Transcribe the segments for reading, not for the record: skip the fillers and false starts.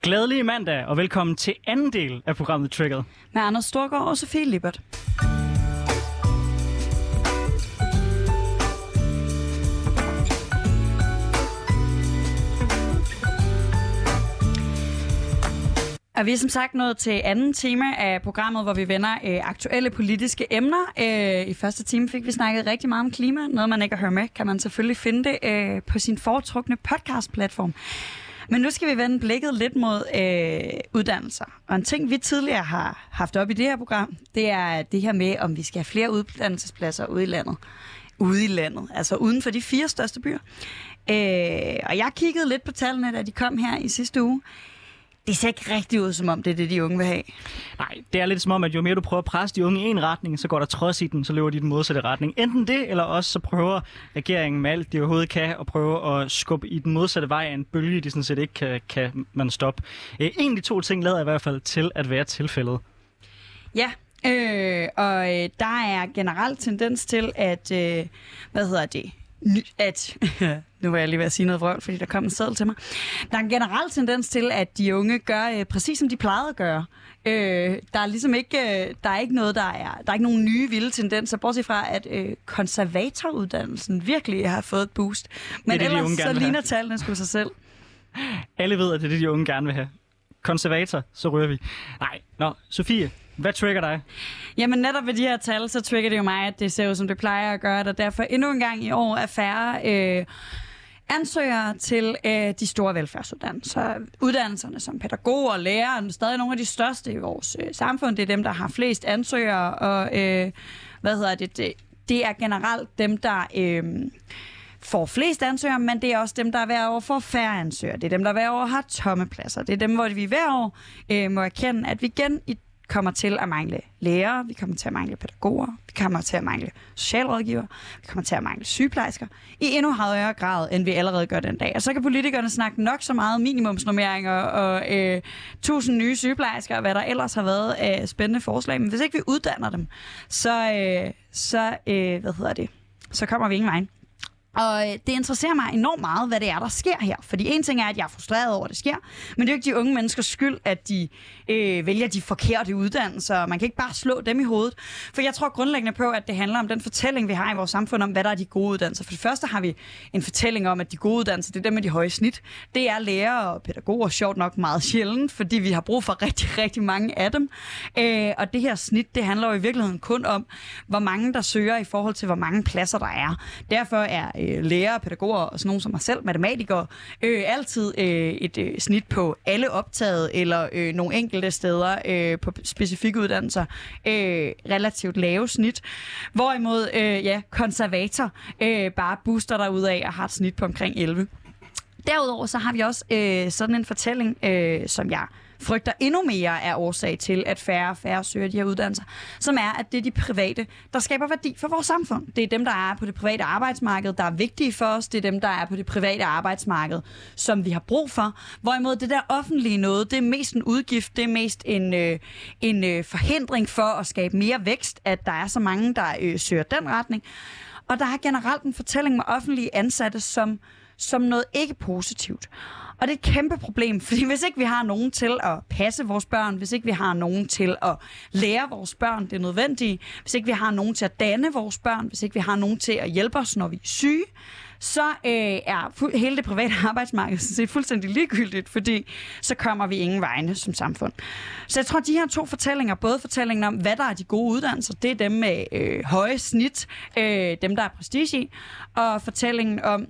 Glædelig mandag, og velkommen til anden del af programmet Triggered. Med Anders Storgård og Sofie Lippert. Og vi er som sagt nået til anden time af programmet, hvor vi vender aktuelle politiske emner. I første time fik vi snakket rigtig meget om klima. Noget, man ikke har hørt med, kan man selvfølgelig finde det på sin foretrukne podcast-platform. Men nu skal vi vende blikket lidt mod uddannelser. Og en ting, vi tidligere har haft op i det her program, det er det her med, om vi skal have flere uddannelsespladser ude i landet. Ude i landet, altså uden for de 4 største byer. Og jeg kiggede lidt på tallene, da de kom her i sidste uge. Det ser ikke rigtig ud, som om det er det, de unge vil have. Nej, det er lidt som om, at jo mere du prøver at presse de unge i en retning, så går der trods i den, så løber de i den modsatte retning. Enten det, eller også så prøver regeringen med alt, de overhovedet kan, at prøve at skubbe i den modsatte vej af en bølge, de sådan set ikke kan man stoppe. En af de 2 ting lader i hvert fald til at være tilfældet. Ja, og der er generelt tendens til, at, nu var jeg lige ved at sige noget vrøvl, fordi der kom en seddel til mig. Der er en generel tendens til, at de unge gør præcis som de plejede at gøre. Der er ligesom ikke, der er ikke noget, der er ikke nogen nye vilde tendenser, bortset fra, at konservatoruddannelsen virkelig har fået et boost. Men det, ellers så ligner tallene sgu sig selv. Alle ved, at det er det, de unge gerne vil have. Konservator, så rører vi. Nej, Sofie, hvad trigger dig? Jamen netop ved de her tal, så trigger det jo mig, at det ser ud som det plejer at gøre, og derfor endnu en gang i år er færre ansøgere til de store velfærdsuddannelser. Uddannelserne som pædagoger og lærere er stadig nogle af de største i vores samfund. Det er dem, der har flest ansøgere, og det er generelt dem, der får flest ansøgere, men det er også dem, der hver år får færre ansøgere. Det er dem, der hver år har tomme pladser. Det er dem, hvor vi hver år må erkende, at vi igen kommer til at mangle lærere, vi kommer til at mangle pædagoger, vi kommer til at mangle socialrådgivere, vi kommer til at mangle sygeplejersker i endnu højere grad, end vi allerede gør den dag. Og så kan politikerne snakke nok så meget minimumsnormeringer og 1000 nye sygeplejersker, og hvad der ellers har været af spændende forslag. Men hvis ikke vi uddanner dem, så kommer vi ingen vej. Og det interesserer mig enormt meget, hvad det er, der sker her. Fordi en ting er, at jeg er frustreret over, at det sker, men det er jo ikke de unge menneskers skyld, at de vælger de forkerte uddannelser. Man kan ikke bare slå dem i hovedet. For jeg tror grundlæggende på, at det handler om den fortælling, vi har i vores samfund om, hvad der er de gode uddannelser. For det første har vi en fortælling om, at de gode uddannelser, det er dem med de høje snit. Det er lærere og pædagoger sjovt nok meget sjældent, fordi vi har brug for rigtig, rigtig mange af dem. Og det her snit, det handler jo i virkeligheden kun om, hvor mange der søger i forhold til, hvor mange pladser der er. Derfor er lærere, pædagoger og sådan nogle som mig selv, matematikere, altid et snit på alle optaget eller nogle enkelte steder på specifikke uddannelser relativt lave snit. Hvorimod konservator bare booster derudad og har et snit på omkring 11. Derudover så har vi også sådan en fortælling, som jeg frygter endnu mere er årsag til, at færre og færre søger de her uddannelser, som er, at det er de private, der skaber værdi for vores samfund. Det er dem, der er på det private arbejdsmarked, der er vigtige for os. Det er dem, der er på det private arbejdsmarked, som vi har brug for. Hvorimod det der offentlige noget, det er mest en udgift, det er mest en forhindring for at skabe mere vækst, at der er så mange, der søger den retning. Og der er generelt en fortælling med offentlige ansatte som noget ikke positivt. Og det er et kæmpe problem, fordi hvis ikke vi har nogen til at passe vores børn, hvis ikke vi har nogen til at lære vores børn det nødvendige, hvis ikke vi har nogen til at danne vores børn, hvis ikke vi har nogen til at hjælpe os, når vi er syge, så er hele det private arbejdsmarked sådan set fuldstændig ligegyldigt, fordi så kommer vi ingen vegne som samfund. Så jeg tror, at de her 2 fortællinger, både fortællingen om, hvad der er de gode uddannelser, det er dem med høje snit, dem der er prestige i, og fortællingen om,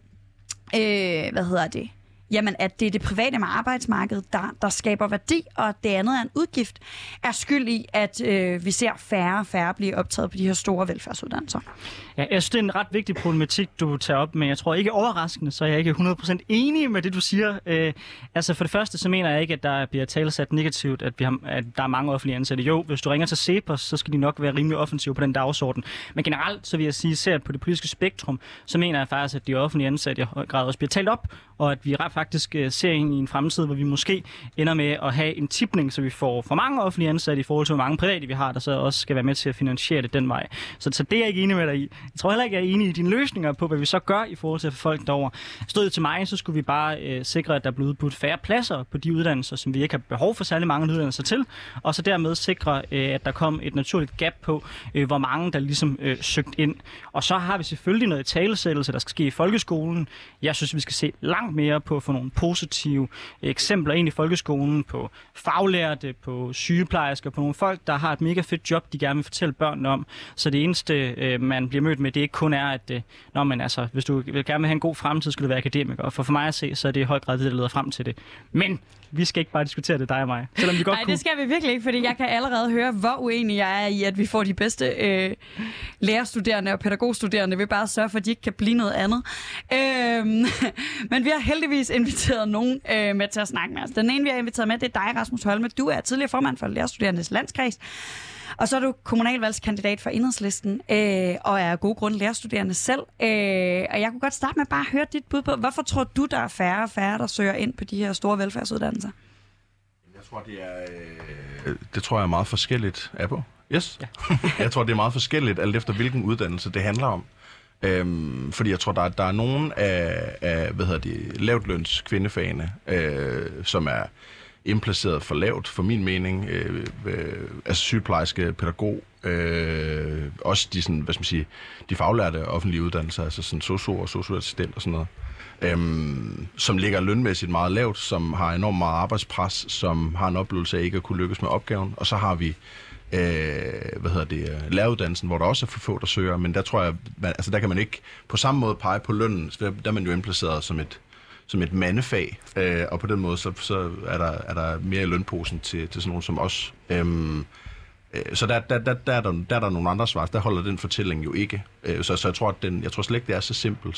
jamen, at det er det private med arbejdsmarkedet, der skaber værdi, og det andet er en udgift, er skyld i, at vi ser færre og færre blive optaget på de her store velfærdsuddannelser. Ja, jeg synes, det er en ret vigtig problematik, du tager op, men jeg tror ikke overraskende, så jeg er ikke 100% enig med det, du siger. Altså for det første, så mener jeg ikke, at der bliver talesat negativt, at der er mange offentlige ansatte. Jo, hvis du ringer til Cepos, så skal de nok være rimelig offensive på den dagsorden. Men generelt, så vil jeg sige, at på det politiske spektrum, så mener jeg faktisk, at de offentlige ansatte i høj grad også bliver talt op, og at vi faktisk faktisk ser ind i en fremtid, hvor vi måske ender med at have en tipning, så vi får for mange offentlige ansatte i forhold til, hvor mange private vi har, der så også skal være med til at finansiere det den vej. Så det er jeg ikke enig med dig i. Jeg tror heller ikke, jeg er enig i dine løsninger på, hvad vi så gør i forhold til at få folk derover. Stod det til mig, så skulle vi bare sikre, at der blev udbudt færre pladser på de uddannelser, som vi ikke har behov for særlig mange uddannelser til, og så dermed sikre, at der kom et naturligt gap på, hvor mange der ligesom søgt ind. Og så har vi selvfølgelig noget italesættelse, der skal ske i folkeskolen. Jeg synes, vi skal se langt mere på at få nogle positive eksempler ind i folkeskolen, på faglærte, på sygeplejersker, på nogle folk, der har et mega fedt job, de gerne vil fortælle børnene om. Så det eneste, man bliver mødt med, det ikke kun er, at hvis du vil gerne have en god fremtid, skal du være akademiker. Og for mig at se, så er det i høj grad det, der leder frem til det. Men vi skal ikke bare diskutere det, dig og mig. Selvom vi godt Nej, det skal vi virkelig ikke, fordi jeg kan allerede høre, hvor uenig jeg er i, at vi får de bedste lærerstuderende og pædagogstuderende ved bare at sørge for, at de ikke kan blive noget andet. Men vi har heldigvis inviteret nogen med til at snakke med os. Den ene, vi har inviteret med, det er dig, Rasmus Holme. Du er tidligere formand for Lærerstuderendes Landskreds. Og så er du kommunalvalgskandidat for Enhedslisten, og er af gode grunde lærerstuderende selv. Og jeg kunne godt starte med bare at høre dit bud på, hvorfor tror du, der er færre og færre, der søger ind på de her store velfærdsuddannelser? Jeg tror, det tror jeg er meget forskelligt. Er på? Yes. Ja. Jeg tror, det er meget forskelligt, alt efter hvilken uddannelse det handler om. Fordi jeg tror, der er nogen af lavtløns kvindefagene, som er indplaceret for lavt, for min mening. Altså sygeplejerske, pædagog, også de, sådan, de faglærte offentlige uddannelser, altså sådan sosu og sosu-assistent og sådan noget, som ligger lønmæssigt meget lavt, som har enormt meget arbejdspres, som har en oplevelse af ikke at kunne lykkes med opgaven. Og så har vi læreruddannelsen, hvor der også er for få, der søger, men der tror jeg, der kan man ikke på samme måde pege på lønnen, så der er man jo indplaceret som et mandefag, og på den måde så er der mere i lønposen til sådan nogen som os. Så der er der nogle andre svar. Der holder den fortælling jo ikke. Så jeg tror slet ikke, det er så simpelt,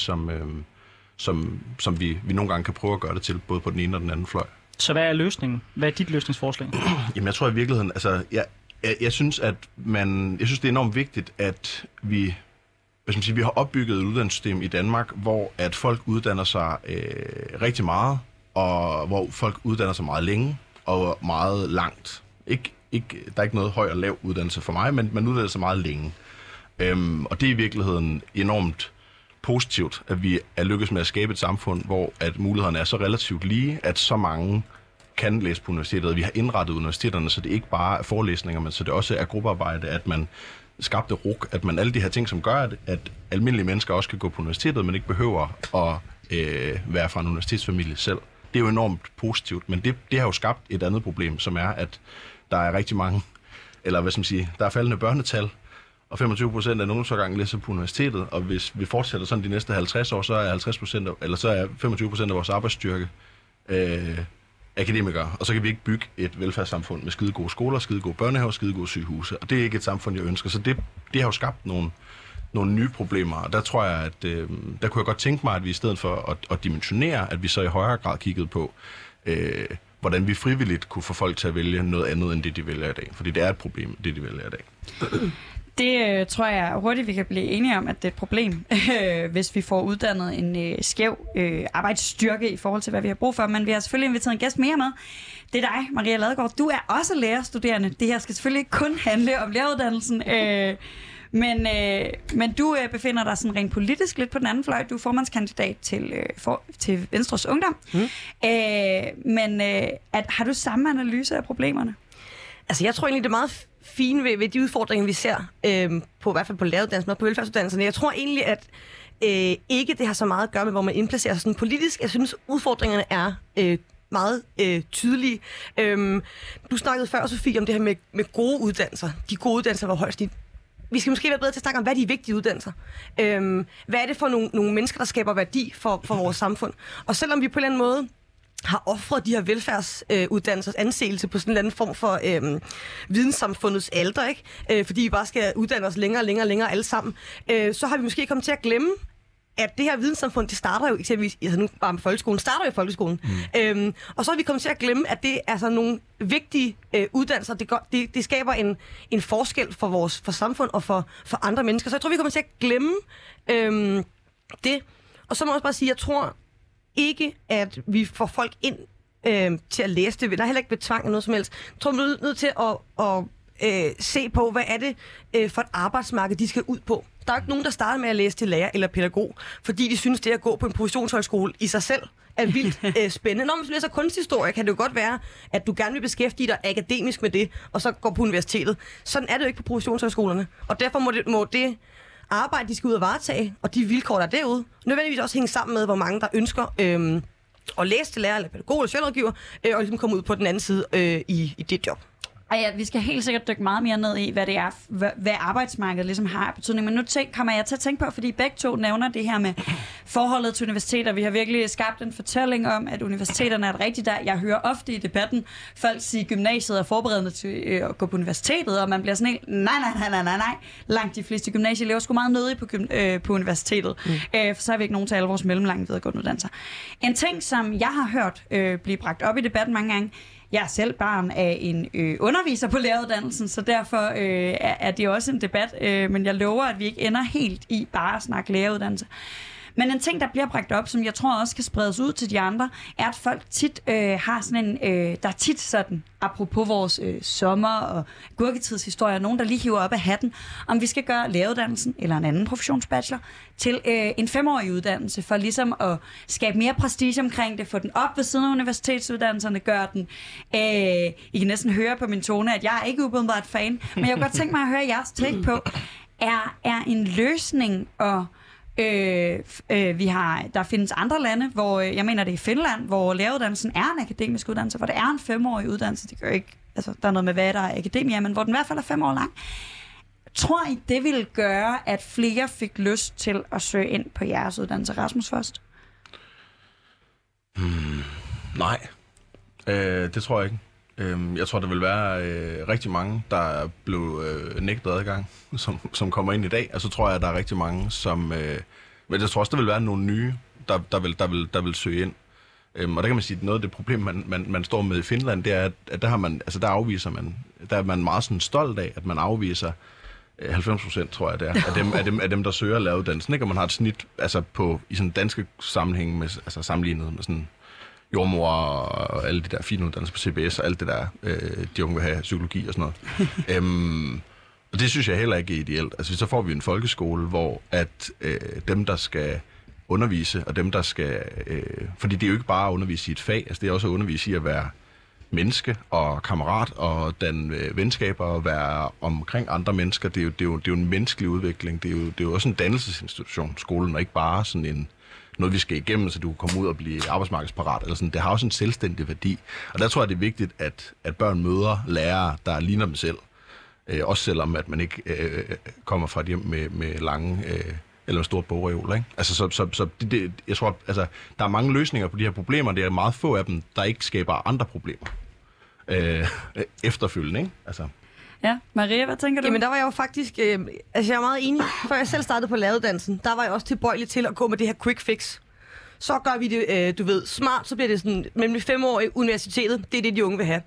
som vi nogle gange kan prøve at gøre det til, både på den ene og den anden fløj. Så hvad er løsningen? Hvad er dit løsningsforslag? Jamen jeg tror i virkeligheden, jeg synes, det er enormt vigtigt, at vi har opbygget et uddannelsessystem i Danmark, hvor at folk uddanner sig rigtig meget, og hvor folk uddanner sig meget længe og meget langt. Der er ikke noget høj og lav uddannelse for mig, men man uddanner sig meget længe. Og det er i virkeligheden enormt positivt, at vi er lykkedes med at skabe et samfund, hvor at mulighederne er så relativt lige, at så mange kan læse på universitetet. Vi har indrettet universiteterne, så det ikke bare er forelæsninger, men så det også er gruppearbejde, at man skabte RUC, at man alle de her ting, som gør, at almindelige mennesker også kan gå på universitetet, men ikke behøver at være fra en universitetsfamilie selv. Det er jo enormt positivt, men det har jo skabt et andet problem, som er, at der er rigtig mange, eller der er faldende børnetal, og 25% af en ungdomsårgang læser på universitetet, og hvis vi fortsætter sådan de næste 50 år, så er 25% af vores arbejdsstyrke akademikere, og så kan vi ikke bygge et velfærdssamfund med skide gode skoler, skide gode børnehaver, skide gode sygehuse, og det er ikke et samfund, jeg ønsker. Så det har jo skabt nogle nye problemer, og der tror jeg, at der kunne jeg godt tænke mig, at vi i stedet for at dimensionere, at vi så i højere grad kiggede på, hvordan vi frivilligt kunne få folk til at vælge noget andet, end det de vælger i dag. Fordi det er et problem, det de vælger i dag. Det tror jeg hurtigt, vi kan blive enige om, at det er et problem, hvis vi får uddannet en skæv arbejdsstyrke i forhold til, hvad vi har brug for. Men vi har selvfølgelig inviteret en gæst mere med. Det er dig, Maria Ladegaard. Du er også lærerstuderende. Det her skal selvfølgelig ikke kun handle om læreruddannelsen. Men du befinder dig sådan rent politisk lidt på den anden fløj. Du er formandskandidat til Venstres Ungdom. Har du samme analyse af problemerne? Altså, jeg tror egentlig, det er meget fine ved de udfordringer, vi ser, på i hvert fald på læreruddannelsen og på velfærdsuddannelserne. Jeg tror egentlig, at ikke det har så meget at gøre med, hvor man indplacerer sådan politisk. Jeg synes, udfordringerne er meget tydelige. Du snakkede før, Sofie, om det her med gode uddannelser. De gode uddannelser var højst. Vi skal måske være bedre til at snakke om, hvad er de vigtige uddannelser? Hvad er det for nogle mennesker, der skaber værdi for vores samfund? Og selvom vi på en eller anden måde har offret de her velfærdsuddannelsers anseelse på sådan en eller anden form for videnssamfundets alter, ikke? Fordi vi bare skal uddanne os længere alle sammen, så har vi måske kommet til at glemme, at det her videnssamfund, det starter jo eksempelvis, altså nu bare med folkeskolen, starter jo i folkeskolen. Og så har vi kommet til at glemme, at det er sådan nogle vigtige uddannelser. Det skaber en forskel for samfund og for andre mennesker. Så jeg tror, vi kommer til at glemme det. Og så må jeg også bare sige, jeg tror, ikke, at vi får folk ind til at læse det. Der er heller ikke ved tvang eller noget som helst. Jeg tror, vi er nødt til at se på, hvad er det for et arbejdsmarked, de skal ud på. Der er jo ikke nogen, der starter med at læse til lærer eller pædagog, fordi de synes, det at gå på en professionshøjskole i sig selv er vildt spændende. Når man læser kunsthistorie, kan det jo godt være, at du gerne vil beskæftige dig akademisk med det, og så går på universitetet. Sådan er det jo ikke på professionshøjskolerne. Og derfor må det arbejde, de skal ud og varetage, og de vilkår, der er derude, nødvendigvis også hænge sammen med, hvor mange der ønsker at læse til lærer eller pædagog eller socialrådgiver, og ligesom komme ud på den anden side i det job. Og ja, vi skal helt sikkert dykke meget mere ned i, hvad det er, hvad arbejdsmarkedet ligesom har af betydning. Men nu kommer jeg til at tænke på, fordi begge to nævner det her med forholdet til universiteter. Vi har virkelig skabt en fortælling om, at universiteterne er et rigtigt der. Jeg hører ofte i debatten folk sige, at gymnasiet er forberedende til at gå på universitetet, og man bliver sådan helt, nej. Langt de fleste gymnasieelever er sgu meget nødige på universitetet. For så har vi ikke nogen til alle vores mellemlange videregående uddannelser. En ting, som jeg har hørt blive bragt op i debatten mange gange, jeg er selv barn af en underviser på læreruddannelsen, så derfor er det også en debat, men jeg lover, at vi ikke ender helt i bare at snakke læreruddannelse. Men en ting, der bliver bragt op, som jeg tror også kan spredes ud til de andre, er, at folk tit har sådan en... der er tit sådan, apropos vores sommer- og gurketidshistorie, nogen, der lige hiver op af hatten, om vi skal gøre læreruddannelsen eller en anden professionsbachelor til en 5-årig uddannelse, for ligesom at skabe mere prestige omkring det, få den op ved siden af universitetsuddannelserne, gøre den... I kan næsten høre på min tone, at jeg er ikke ubenbart fan, men jeg kunne godt tænke mig at høre jeres take på, er en løsning og... der findes andre lande, hvor jeg mener det er i Finland, hvor læreruddannelsen er en akademisk uddannelse, hvor det er en 5-årig uddannelse. Det gør ikke, altså der er noget med hvad der er akademia, men hvor den i hvert fald er 5 år lang. Tror I, det ville gøre, at flere fik lyst til at søge ind på jeres uddannelse? Rasmus først. Nej, det tror jeg ikke. Jeg tror, der vil være rigtig mange, der blev nægtet adgang, som kommer ind i dag. Og så tror jeg, at der er rigtig mange, som... men jeg tror også, der vil være nogle nye, der vil søge ind. Og der kan man sige, at noget af det problem, man står med i Finland, det er, at der har man, altså der afviser man, der er man meget sådan stolt af, at man afviser 90%, tror jeg, det er, af dem, der søger læreruddannelsen. Ikke? Og man har et snit altså i sådan danske sammenhæng, med, altså sammenlignet med sådan jordmor og alle de der fine uddannelser på CBS og alt det der, de unge vil have psykologi og sådan noget. Og det synes jeg heller ikke er ideelt. Altså så får vi en folkeskole, hvor at dem, der skal undervise, og dem, der skal... fordi det er jo ikke bare at undervise i et fag, altså det er også at undervise i at være menneske og kammerat og danne venskaber og være omkring andre mennesker. Det er jo en menneskelig udvikling. Det er jo også en dannelsesinstitution, skolen, og ikke bare sådan noget, vi skal igennem, så du kan komme ud og blive arbejdsmarkedsparat. Eller sådan. Det har også en selvstændig værdi. Og der tror jeg, det er vigtigt, at børn møder lærere, der ligner dem selv. Også selvom, at man ikke kommer fra et hjem med lange eller store bogreoler. Ikke? Altså, så jeg tror, altså, der er mange løsninger på de her problemer. Det er meget få af dem, der ikke skaber andre problemer efterfølgende. Ikke? Altså. Ja, Maria, hvad tænker du? Jamen, der var jeg jo faktisk... jeg er meget enig. Før jeg selv startede på læreruddannelsen, der var jeg også tilbøjelig til at gå med det her quick fix. Så gør vi det, smart, så bliver det sådan, nemlig 5-årige universitetet. Det er det, de unge vil have.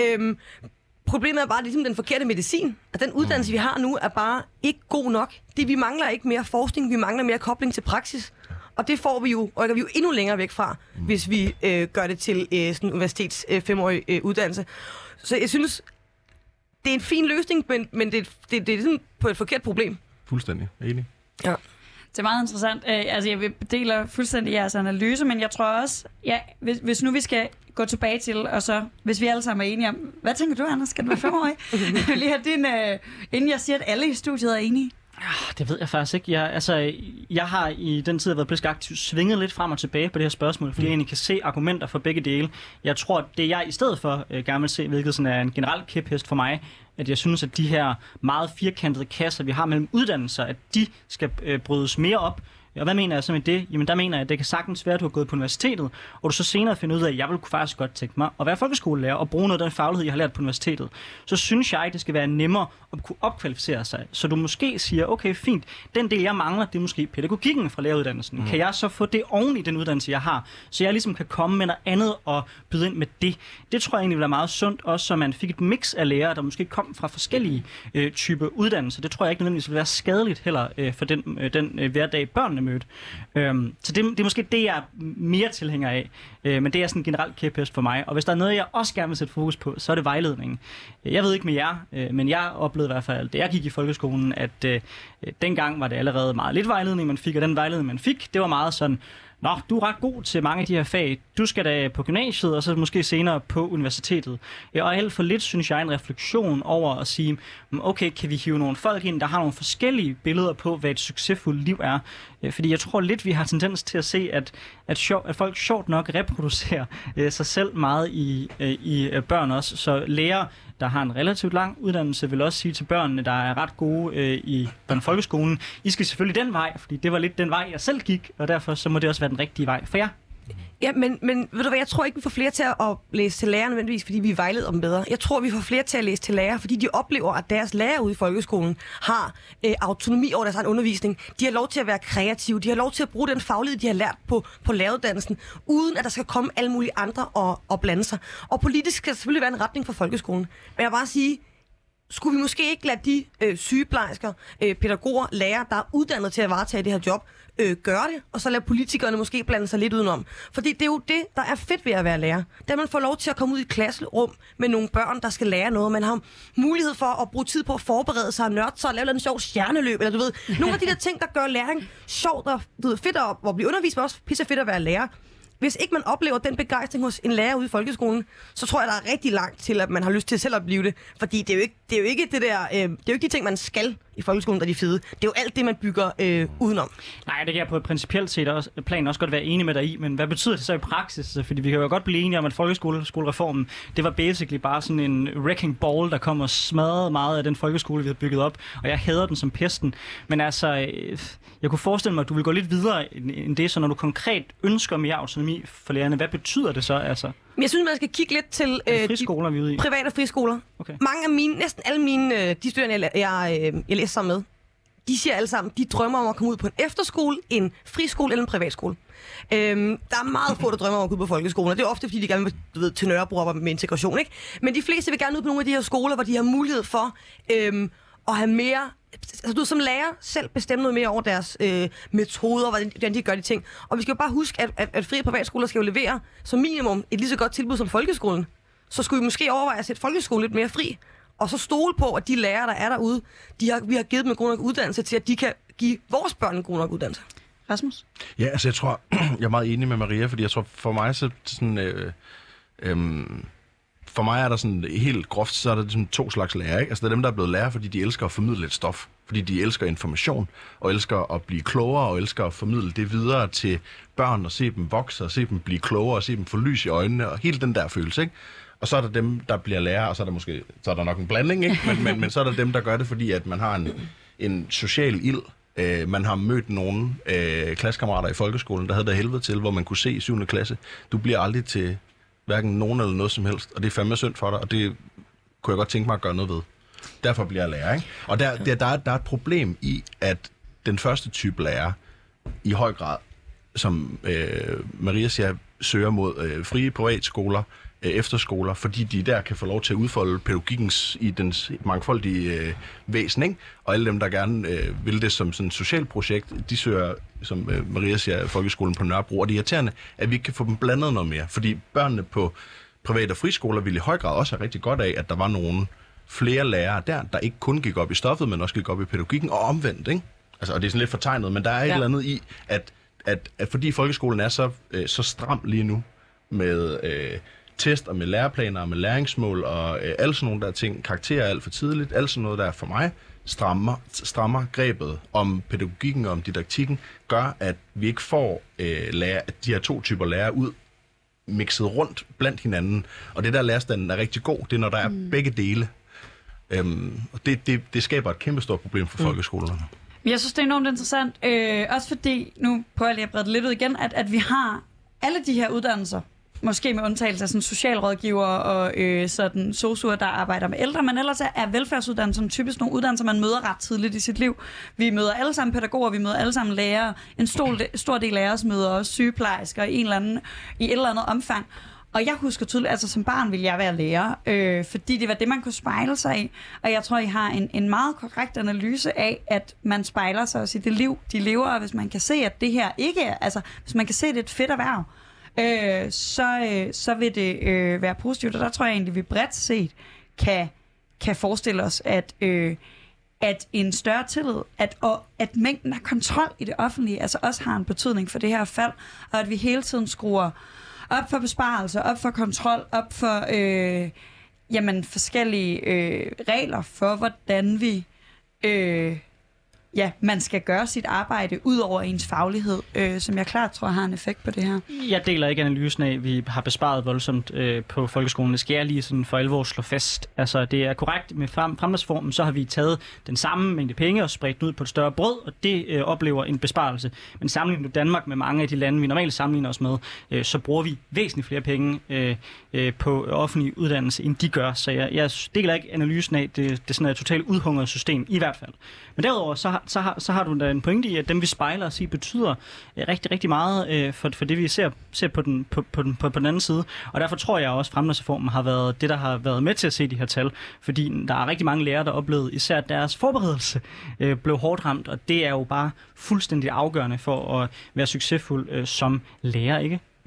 Problemet er bare, at ligesom den forkerte medicin, at den uddannelse, vi har nu, er bare ikke god nok. Vi mangler ikke mere forskning, vi mangler mere kobling til praksis. Og det får vi jo, og rykker vi jo endnu længere væk fra, hvis vi gør det til sådan en universitets 5-årig uddannelse. Så jeg synes, det er en fin løsning, men det er ligesom på et forkert problem. Fuldstændig. Enig. Ja. Det er meget interessant. Altså, jeg deler fuldstændig jeres analyse, men jeg tror også, ja, hvis nu vi skal gå tilbage til, og så, hvis vi alle sammen er enige om, hvad tænker du, Anders? Skal du være 5-årig? Jeg vil lige have din, inden jeg siger, at alle i studiet er enige. Det ved jeg faktisk ikke. Jeg har i den tid, jeg har været politisk aktiv, svinget lidt frem og tilbage på det her spørgsmål, fordi jeg egentlig kan se argumenter for begge dele. Jeg tror, at det jeg i stedet for gerne vil se, hvilket sådan er en generel kæphest for mig, at jeg synes, at de her meget firkantede kasser, vi har mellem uddannelser, at de skal brydes mere op. Og hvad mener jeg så med det? Jamen der mener jeg, at det kan sagtens være, at du har gået på universitetet, og du så senere finder ud af, at jeg vil faktisk godt tænke mig at være folkeskolelærer og bruge noget af den faglighed, jeg har lært på universitetet. Så synes jeg, at det skal være nemmere at kunne opkvalificere sig. Så du måske siger, okay, fint, den del, jeg mangler, det er måske pædagogikken fra læreruddannelsen. Kan jeg så få det oven i den uddannelse, jeg har, så jeg ligesom kan komme med noget andet og byde ind med det? Det tror jeg egentlig vil være meget sundt, også så man fik et mix af lærere, der måske kom fra forskellige typer uddannelser. Det tror jeg ikke nødvendigvis vil være skadeligt heller for den hverdag, børnene mødte. Så det er måske det, jeg er mere tilhænger af. Men det er sådan en generelt kæphest for mig. Og hvis der er noget, jeg også gerne vil sætte fokus på, så er det vejledningen. Jeg ved ikke med jer, men jeg oplevede i hvert fald, da jeg gik i folkeskolen, at dengang var det allerede meget lidt vejledning, man fik, og den vejledning, man fik, det var meget sådan, nå, du er ret god til mange af de her fag. Du skal da på gymnasiet, og så måske senere på universitetet. Og alt for lidt, synes jeg, en refleksion over at sige, okay, kan vi hive nogle folk ind, der har nogle forskellige billeder på, hvad et succesfuldt liv er. Fordi jeg tror lidt, vi har tendens til at se, at folk sjovt nok reproducerer sig selv meget i børn også. Så lærere, der har en relativt lang uddannelse, vil også sige til børnene, der er ret gode i folkeskolen, I skal selvfølgelig den vej, fordi det var lidt den vej, jeg selv gik, og derfor så må det også være den rigtige vej for jer. Ja, men ved du hvad, jeg tror ikke, vi får flere til at læse til lærer nødvendigvis, fordi vi vejleder dem bedre. Jeg tror, vi får flere til at læse til lærer, fordi de oplever, at deres lærer ude i folkeskolen har autonomi over deres egen undervisning. De har lov til at være kreative, de har lov til at bruge den faglighed, de har lært på læreruddannelsen, uden at der skal komme alle mulige andre og blande sig. Og politisk skal der selvfølgelig være en retning for folkeskolen. Men jeg vil bare sige, skulle vi måske ikke lade de sygeplejersker, pædagoger, lærere, der er uddannet til at varetage det her job, gøre det, og så lade politikerne måske blande sig lidt udenom. Fordi det er jo det, der er fedt ved at være lærer. Da man får lov til at komme ud i et klasserum med nogle børn, der skal lære noget. Man har mulighed for at bruge tid på at forberede sig og nørde sig og lave en sjov stjerneløb, eller du ved, nogle af de der ting, der gør læring sjovt og fedt at blive undervist, men også pisse fedt at være lærer. Hvis ikke man oplever den begejstring hos en lærer ude i folkeskolen, så tror jeg, der er rigtig langt til, at man har lyst til selv at blive det. Fordi det er jo ikke de ting, man skal i folkeskolen, der er de fede. Det er jo alt det, man bygger udenom. Nej, det kan jeg på et principielt plan også godt være enig med dig i, men hvad betyder det så i praksis? Fordi vi kan jo godt blive enige om, at folkeskolereformen, det var basically bare sådan en wrecking ball, der kom og smadrede meget af den folkeskole, vi havde bygget op, og jeg hader den som pesten. Men altså, jeg kunne forestille mig, at du vil gå lidt videre end det, så når du konkret ønsker mere autonomi for lærerne, hvad betyder det så altså? Men jeg synes, man skal kigge lidt til friskoler, vi er ude i. Private friskoler. Okay. Næsten alle mine, de studerende, jeg læser sammen med, de siger alle sammen, de drømmer om at komme ud på en efterskole, en friskole eller en privatskole. Der er meget få, der drømmer om at gå ud på folkeskolen, og det er ofte, fordi de gerne vil til Nørrebro med integration, ikke? Men de fleste vil gerne ud på nogle af de her skoler, hvor de har mulighed for at have mere. Altså, du som lærer selv bestemme noget mere over deres metoder, hvordan de gør de ting. Og vi skal jo bare huske, at fri- og privatskoler skal jo levere som minimum et lige så godt tilbud som folkeskolen. Så skulle vi måske overveje at sætte folkeskolen lidt mere fri, og så stole på, at de lærere, der er derude, vi har givet dem en god nok uddannelse til, at de kan give vores børn en god nok uddannelse. Rasmus? Ja, altså jeg tror, jeg er meget enig med Maria, fordi jeg tror for mig så sådan... For mig er der sådan helt groft, så er der sådan to slags lærere, ikke? Altså der er dem, der er blevet lærer, fordi de elsker at formidle et stof. Fordi de elsker information, og elsker at blive klogere, og elsker at formidle det videre til børn, og se dem vokse, og se dem blive klogere, og se dem få lys i øjnene, og hele den der følelse, ikke? Og så er der dem, der bliver lærer, og så er der nok en blanding, ikke? Men så er der dem, der gør det, fordi at man har en social ild. Man har mødt nogle klassekammerater i folkeskolen, der havde der helvede til, hvor man kunne se i 7. klasse, du bliver aldrig til hverken nogen eller noget som helst, og det er fandme synd for dig, og det kunne jeg godt tænke mig at gøre noget ved. Derfor bliver jeg lærer, ikke? Og der er et problem i, at den første type lærer i høj grad, som Maria siger, søger mod frie privatskoler, efterskoler, fordi de der kan få lov til at udfolde pædagogikkens i dens mangfoldige væsen, ikke? Og alle dem, der gerne vil det som sådan et socialt projekt, de søger, som Maria siger, folkeskolen på Nørrebro, og det er irriterende, at vi ikke kan få dem blandet noget mere, fordi børnene på private og friskoler ville i høj grad også have rigtig godt af, at der var nogle flere lærere der ikke kun gik op i stoffet, men også gik op i pædagogikken, og omvendt, ikke? Altså, og det er sådan lidt fortegnet, men der er et eller andet i, at fordi folkeskolen er så stram lige nu, med test og med læreplaner og med læringsmål og alle sådan nogle der ting, karakterer alt for tidligt, alt sådan noget der for mig strammer grebet om pædagogikken og om didaktikken, gør, at vi ikke får de her to typer lærere ud mixet rundt blandt hinanden. Og det der lærerstanden er rigtig god, det er, når der er begge dele. Og det skaber et kæmpestort problem for folkeskolerne. Jeg synes, det er enormt interessant. Også fordi, nu prøver jeg lige at brede det lidt ud igen, at vi har alle de her uddannelser, måske med undtagelse af sådan socialrådgiver og sådan sosuer, der arbejder med ældre, men ellers er velfærdsuddannelsen typisk nogle uddannelser, man møder ret tidligt i sit liv. Vi møder alle sammen pædagoger, vi møder alle sammen lærere. En stor del af os møder også sygeplejersker i et eller andet omfang. Og jeg husker tydeligt, altså som barn ville jeg være lærer, fordi det var det, man kunne spejle sig i. Og jeg tror, I har en meget korrekt analyse af, at man spejler sig også i det liv, de lever. Og hvis man kan se, at det her ikke er, altså hvis man kan se, at det er et fedt erhverv, så vil det være positivt. Og der tror jeg egentlig, vi bredt set kan forestille os, at en større tillid, at mængden af kontrol i det offentlige altså også har en betydning for det her fald, og at vi hele tiden skruer op for besparelser, op for kontrol, op for forskellige regler for, hvordan vi man skal gøre sit arbejde ud over ens faglighed, som jeg klart tror har en effekt på det her. Jeg deler ikke analysen af, at vi har besparet voldsomt på folkeskolen. Det skal jeg lige sådan for alvor slå fast. Altså, det er korrekt med fremdriftsformen, så har vi taget den samme mængde penge og spredt den ud på et større brød, og det oplever en besparelse. Men sammenligner du Danmark med mange af de lande, vi normalt sammenligner os med, så bruger vi væsentligt flere penge på offentlig uddannelse, end de gør. Så jeg deler ikke analysen af, det er sådan et totalt udhungret system, i hvert fald. Men derudover, så har du da en pointe i, at dem vi spejler os i betyder rigtig, rigtig meget for det, vi ser på den anden side. Og derfor tror jeg også, at fremdriftsreformen har været det, der har været med til at se de her tal. Fordi der er rigtig mange lærere, der oplevede især deres forberedelse blev hårdt ramt. Og det er jo bare fuldstændig afgørende for at være succesfuld som lærer, ikke? Mm.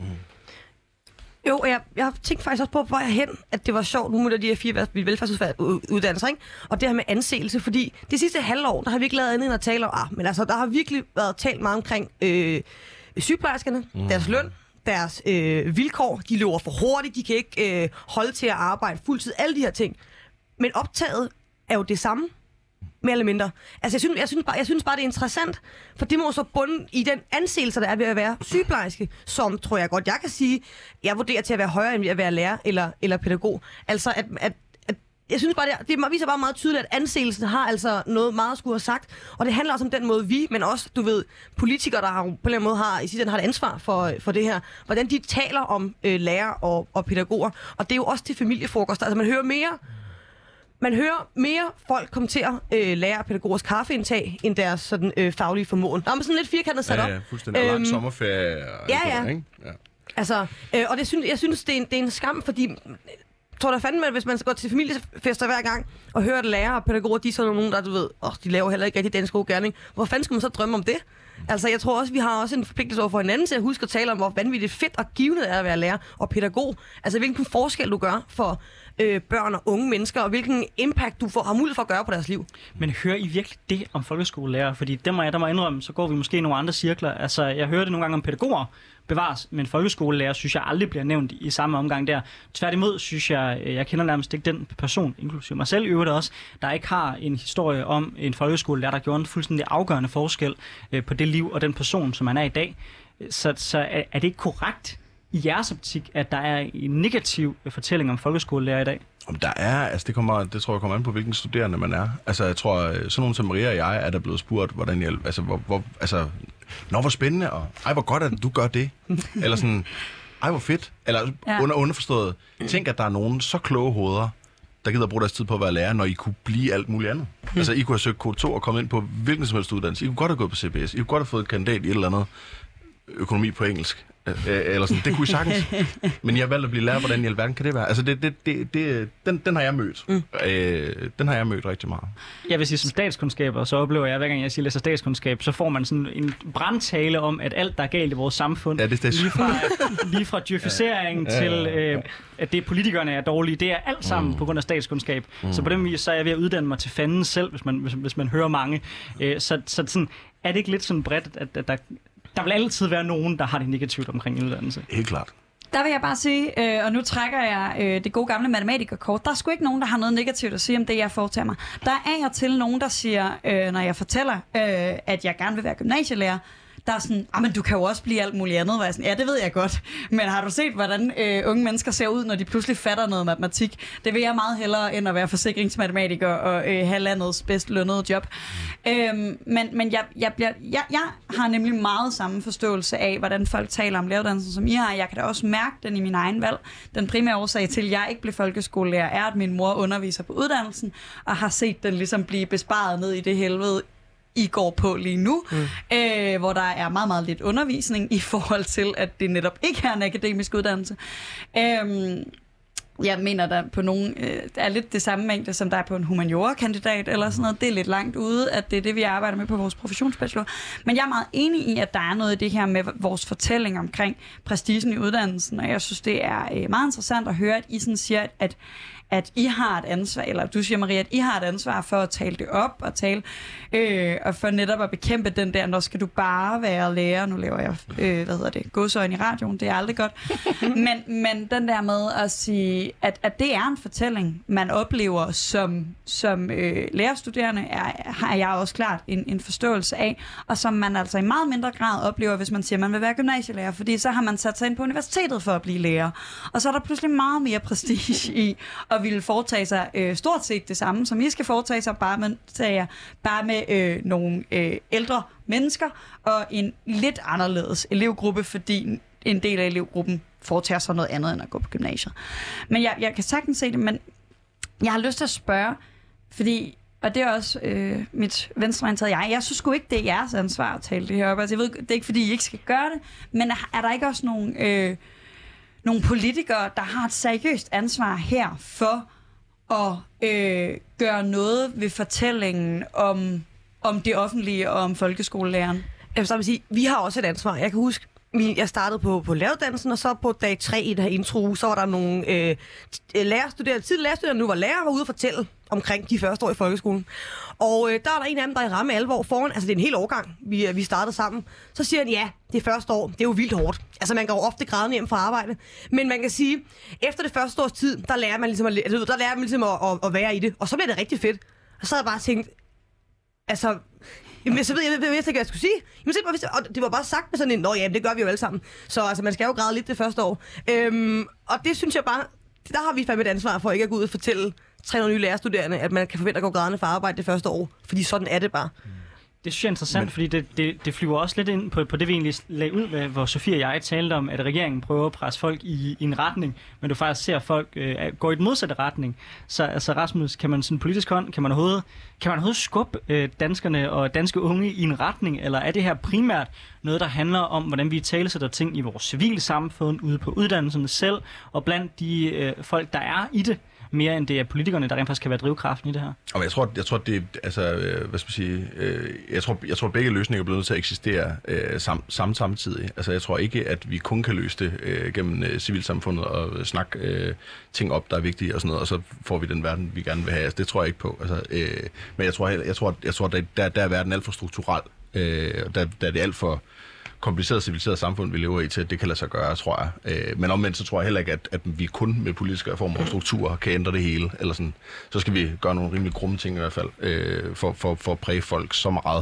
Jo, jeg tænkte faktisk også på, hvor jeg hen, at det var sjovt nu med de her 4 velfærdsuddannelser, ikke? Og det her med anseelse, fordi det sidste halvår, der har vi ikke lavet andet end at tale om, men altså, der har virkelig været talt meget omkring sygeplejerskerne, deres løn, deres vilkår, de løber for hurtigt, de kan ikke holde til at arbejde fuldtid, alle de her ting. Men optaget er jo det samme, mere eller mindre. Altså, jeg synes bare, det er interessant, for det må så bunde i den anseelse, der er ved at være sygeplejerske, som, tror jeg godt, jeg kan sige, jeg vurderer til at være højere, end at være lærer eller pædagog. Altså, at jeg synes bare, det viser bare meget tydeligt, at anseelsen har altså noget meget at skulle have sagt, og det handler også om den måde, vi, men også, du ved, politikere, der har, på en eller anden måde har et ansvar for det her, hvordan de taler om lærer og pædagoger, og det er jo også til familiefrokoster. Altså, man hører mere folk kommentere lærer og pædagogers kaffeindtag, end deres sådan, faglige formåen. Der er sådan lidt firkantet sat op. Ja, fuldstændig. Og lang sommerferie. Ja. Ikke? Ja. Altså, og jeg synes, det er en skam, fordi tror der fandme, at hvis man skal gå til familiefester hver gang, og høre, at lærer og pædagoger, de er sådan nogen, der, du ved, de laver heller ikke rigtig dansk god gerning. Hvor fanden skal man så drømme om det? Altså, jeg tror også, vi har også en forpligtelse over for hinanden til at huske at tale om, hvor vanvittigt fedt og givende det er at være lærer og pædagog. Altså, hvilken forskel du gør for børn og unge mennesker, og hvilken impact du har mulighed for at gøre på deres liv. Men hører I virkelig det om folkeskolelærer? Fordi der må jeg indrømme, så går vi måske i nogle andre cirkler. Altså, jeg hører det nogle gange om pædagoger, bevares, men folkeskolelærer synes jeg aldrig bliver nævnt i samme omgang der. Tværtimod synes jeg kender nærmest ikke den person, inklusive mig selv i øvrigt også, der ikke har en historie om en folkeskolelærer, der gjorde en fuldstændig afgørende forskel på det liv og den person, som man er i dag. Så er det ikke korrekt i jeres optik, at der er en negativ fortælling om folkeskolelærer i dag? Der er, altså det tror jeg kommer an på, hvilken studerende man er. Altså jeg tror, sådan nogen som Maria og jeg er der blevet spurgt, hvordan jeg, altså hvor spændende, og hvor godt at du gør det. Eller sådan, hvor fedt. Eller underforstået, tænk at der er nogen så kloge hoveder, der gider bruge deres tid på at være lærer, når I kunne blive alt muligt andet. Altså I kunne have søgt kode 2 og komme ind på hvilken som helst uddannelse. I kunne godt have gået på CBS. I kunne godt have fået et kandidat i et eller andet økonomi på engelsk. Eller sådan, det kunne I sagtens. Men jeg valgte at blive lærer, hvordan i alverden kan det være? Altså, den har jeg mødt. Den har jeg mødt rigtig meget. Jeg vil sige, som statskundskaber, så oplever jeg, hver gang jeg læser statskundskab, så får man sådan en brandtale om, at alt, der er galt i vores samfund, lige fra djøfisering til, at det politikerne er dårlige, det er alt sammen på grund af statskundskab. Så på den vis, så er jeg ved at uddanne mig til fanden selv, hvis man hører mange. Så sådan, er det ikke lidt sådan bredt, at der vil altid være nogen, der har det negativt omkring uddannelse? Helt klart. Der vil jeg bare sige, og nu trækker jeg det gode gamle matematikerkort, der er sgu ikke nogen, der har noget negativt at sige om det, jeg foretager mig. Der er af og til nogen, der siger, når jeg fortæller, at jeg gerne vil være gymnasielærer, der er sådan, men du kan jo også blive alt muligt andet. Sådan, ja, det ved jeg godt. Men har du set, hvordan unge mennesker ser ud, når de pludselig fatter noget matematik? Det vil jeg meget hellere, end at være forsikringsmatematiker og have landets bedst lønnede job. Men jeg har nemlig meget samme forståelse af, hvordan folk taler om læreruddannelsen, som I har. Jeg kan da også mærke den i min egen valg. Den primære årsag til, at jeg ikke blev folkeskolelærer, er, at min mor underviser på uddannelsen, og har set den ligesom blive besparet ned i det helvede I går på lige nu, hvor der er meget, meget lidt undervisning i forhold til, at det netop ikke er en akademisk uddannelse. Jeg mener, der på nogen er lidt det samme mængde, som der er på en humaniora-kandidat eller sådan noget. Det er lidt langt ude, at det er det, vi arbejder med på vores professionsbachelor. Men jeg er meget enig i, at der er noget i det her med vores fortælling omkring prestigen i uddannelsen, og jeg synes, det er meget interessant at høre, at I sådan siger, at I har et ansvar, eller du siger, Maria, at I har et ansvar for at tale det op og tale, og for netop at bekæmpe den der, når skal du bare være lærer. Nu laver jeg, godsøjne i radioen, det er aldrig godt. men den der med at sige, at det er en fortælling, man oplever som lærerstuderende, har jeg også klart en forståelse af, og som man altså i meget mindre grad oplever, hvis man siger, at man vil være gymnasielærer, fordi så har man sat sig ind på universitetet for at blive lærer. Og så er der pludselig meget mere prestige i at ville foretage sig stort set det samme, som I skal foretage sig, bare med nogle ældre mennesker og en lidt anderledes elevgruppe, fordi en del af elevgruppen foretager sig noget andet end at gå på gymnasiet. Men jeg kan sagtens se det, men jeg har lyst til at spørge, fordi, og det er også mit venstreorienterede jeg synes sgu ikke, det er jeres ansvar at tale det her op. Altså, jeg ved, det er ikke, fordi I ikke skal gøre det, men er der ikke også nogle politikere, der har et seriøst ansvar her for at gøre noget ved fortællingen om det offentlige og om folkeskolelæreren? Jeg vil sige, vi har også et ansvar. Jeg kan huske, jeg startede på læreruddannelsen, og så på dag 3 i den her intro, så var der nogle lærerstuderende, nu var lærer, var ude og fortælle omkring de første år i folkeskolen. Og der er der en af dem, der i ramme alvor foran, altså det er en hel årgang, vi startede sammen. Så siger han, ja, det første år, det er jo vildt hårdt. Altså man går ofte grædende hjem fra arbejde. Men man kan sige, efter det første års tid, der lærer man ligesom at være i det. Og så bliver det rigtig fedt. Og så havde jeg bare tænkt, altså... Jamen, så ved jeg ikke, hvad jeg skulle sige. Jamen, og det var bare sagt med sådan en, ja, det gør vi jo alle sammen. Så altså, man skal jo græde lidt det første år. Og det synes jeg bare, der har vi fandme et ansvar for ikke at gå ud og fortælle 300 nye lærerstuderende, at man kan forvente at gå grædende for arbejde det første år. Fordi sådan er det bare. Det synes jeg er interessant, fordi det flyver også lidt ind på det, vi egentlig lagde ud, hvor Sofie og jeg talte om, at regeringen prøver at presse folk i en retning, men du faktisk ser folk gå i den modsatte retning. Så altså Rasmus, kan man sådan politisk hånd, kan man overhovedet skubbe danskerne og danske unge i en retning, eller er det her primært noget, der handler om, hvordan vi talesætter ting i vores civile samfund, ude på uddannelserne selv, og blandt de folk, der er i det, mere end det er politikerne, der rent faktisk kan være drivkraften i det her? Og jeg tror det, altså, hvad skal man sige, jeg tror begge løsninger bliver nødt til at eksistere samtidig. Altså, jeg tror ikke, at vi kun kan løse det gennem civilsamfundet og snakke ting op, der er vigtige og sådan noget, og så får vi den verden, vi gerne vil have. Altså, det tror jeg ikke på. Altså, men jeg tror, der er verden alt for strukturel. Der er det alt for kompliceret civiliseret samfund, vi lever i, til at det kan lade sig gøre, tror jeg. Men omvendt, så tror jeg heller ikke, at vi kun med politiske reformer og strukturer kan ændre det hele. Eller sådan. Så skal vi gøre nogle rimelig grumme ting i hvert fald, for at præge folk så meget.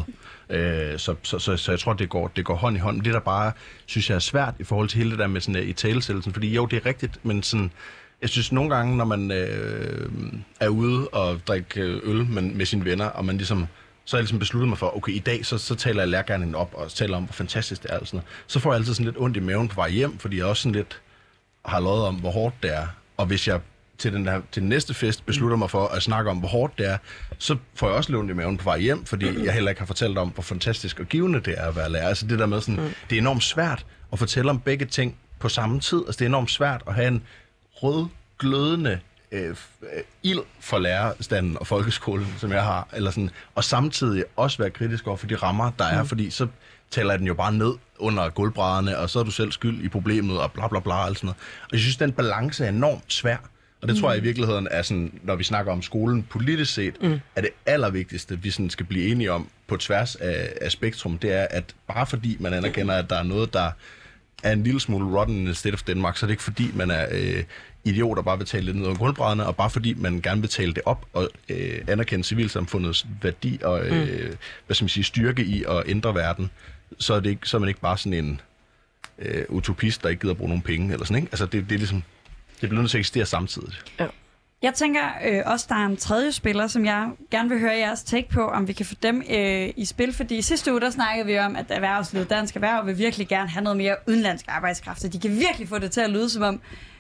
Så jeg tror, det går hånd i hånd. Det, der bare, synes jeg, er svært i forhold til hele det der med sådan i talesættelsen, fordi jo, det er rigtigt, men sådan, jeg synes nogle gange, når man er ude og drikker øl med sine venner, og man ligesom så har jeg ligesom besluttet mig for, okay, i dag, så taler jeg lærergerningen op, og taler om, hvor fantastisk det er. Og sådan noget. Så får jeg altid sådan lidt ondt i maven på vej hjem, fordi jeg også sådan lidt har løjet om, hvor hårdt det er. Og hvis jeg til den næste fest beslutter mig for at snakke om, hvor hårdt det er, så får jeg også lidt ondt i maven på vej hjem, fordi jeg heller ikke har fortalt om, hvor fantastisk og givende det er at være lærer. Altså det der med sådan, det er enormt svært at fortælle om begge ting på samme tid. Altså det er enormt svært at have en rød, glødende ild for lærerstanden og folkeskolen, som jeg har, eller sådan, og samtidig også være kritisk over for de rammer, der er, fordi så taler den jo bare ned under gulvbrædderne, og så er du selv skyld i problemet, og bla bla bla, og sådan noget. Og jeg synes, den balance er enormt svær, og det tror jeg i virkeligheden er sådan, når vi snakker om skolen politisk set, er det allervigtigste, vi sådan skal blive enige om på tværs af spektrum, det er, at bare fordi man anerkender, at der er noget, der er en lille smule rotten in the state of Denmark, så er det ikke fordi, man er idioter bare vil tale lidt ned under gulvbrædderne, og bare fordi man gerne vil tale det op og anerkende civilsamfundets værdi og hvad skal man sige, styrke i at ændre verden, så er man ikke bare sådan en utopist, der ikke gider bruge nogen penge eller sådan, ikke? Altså det er ligesom, det bliver nødt til at eksistere samtidig. Ja. Jeg tænker også, der er en tredje spiller, som jeg gerne vil høre jeres take på, om vi kan få dem i spil. Fordi sidste uge, der snakkede vi om, at erhvervslivet, dansk erhverv, vil virkelig gerne have noget mere udenlandsk arbejdskraft. Så de kan virkelig få det til at lyde som om,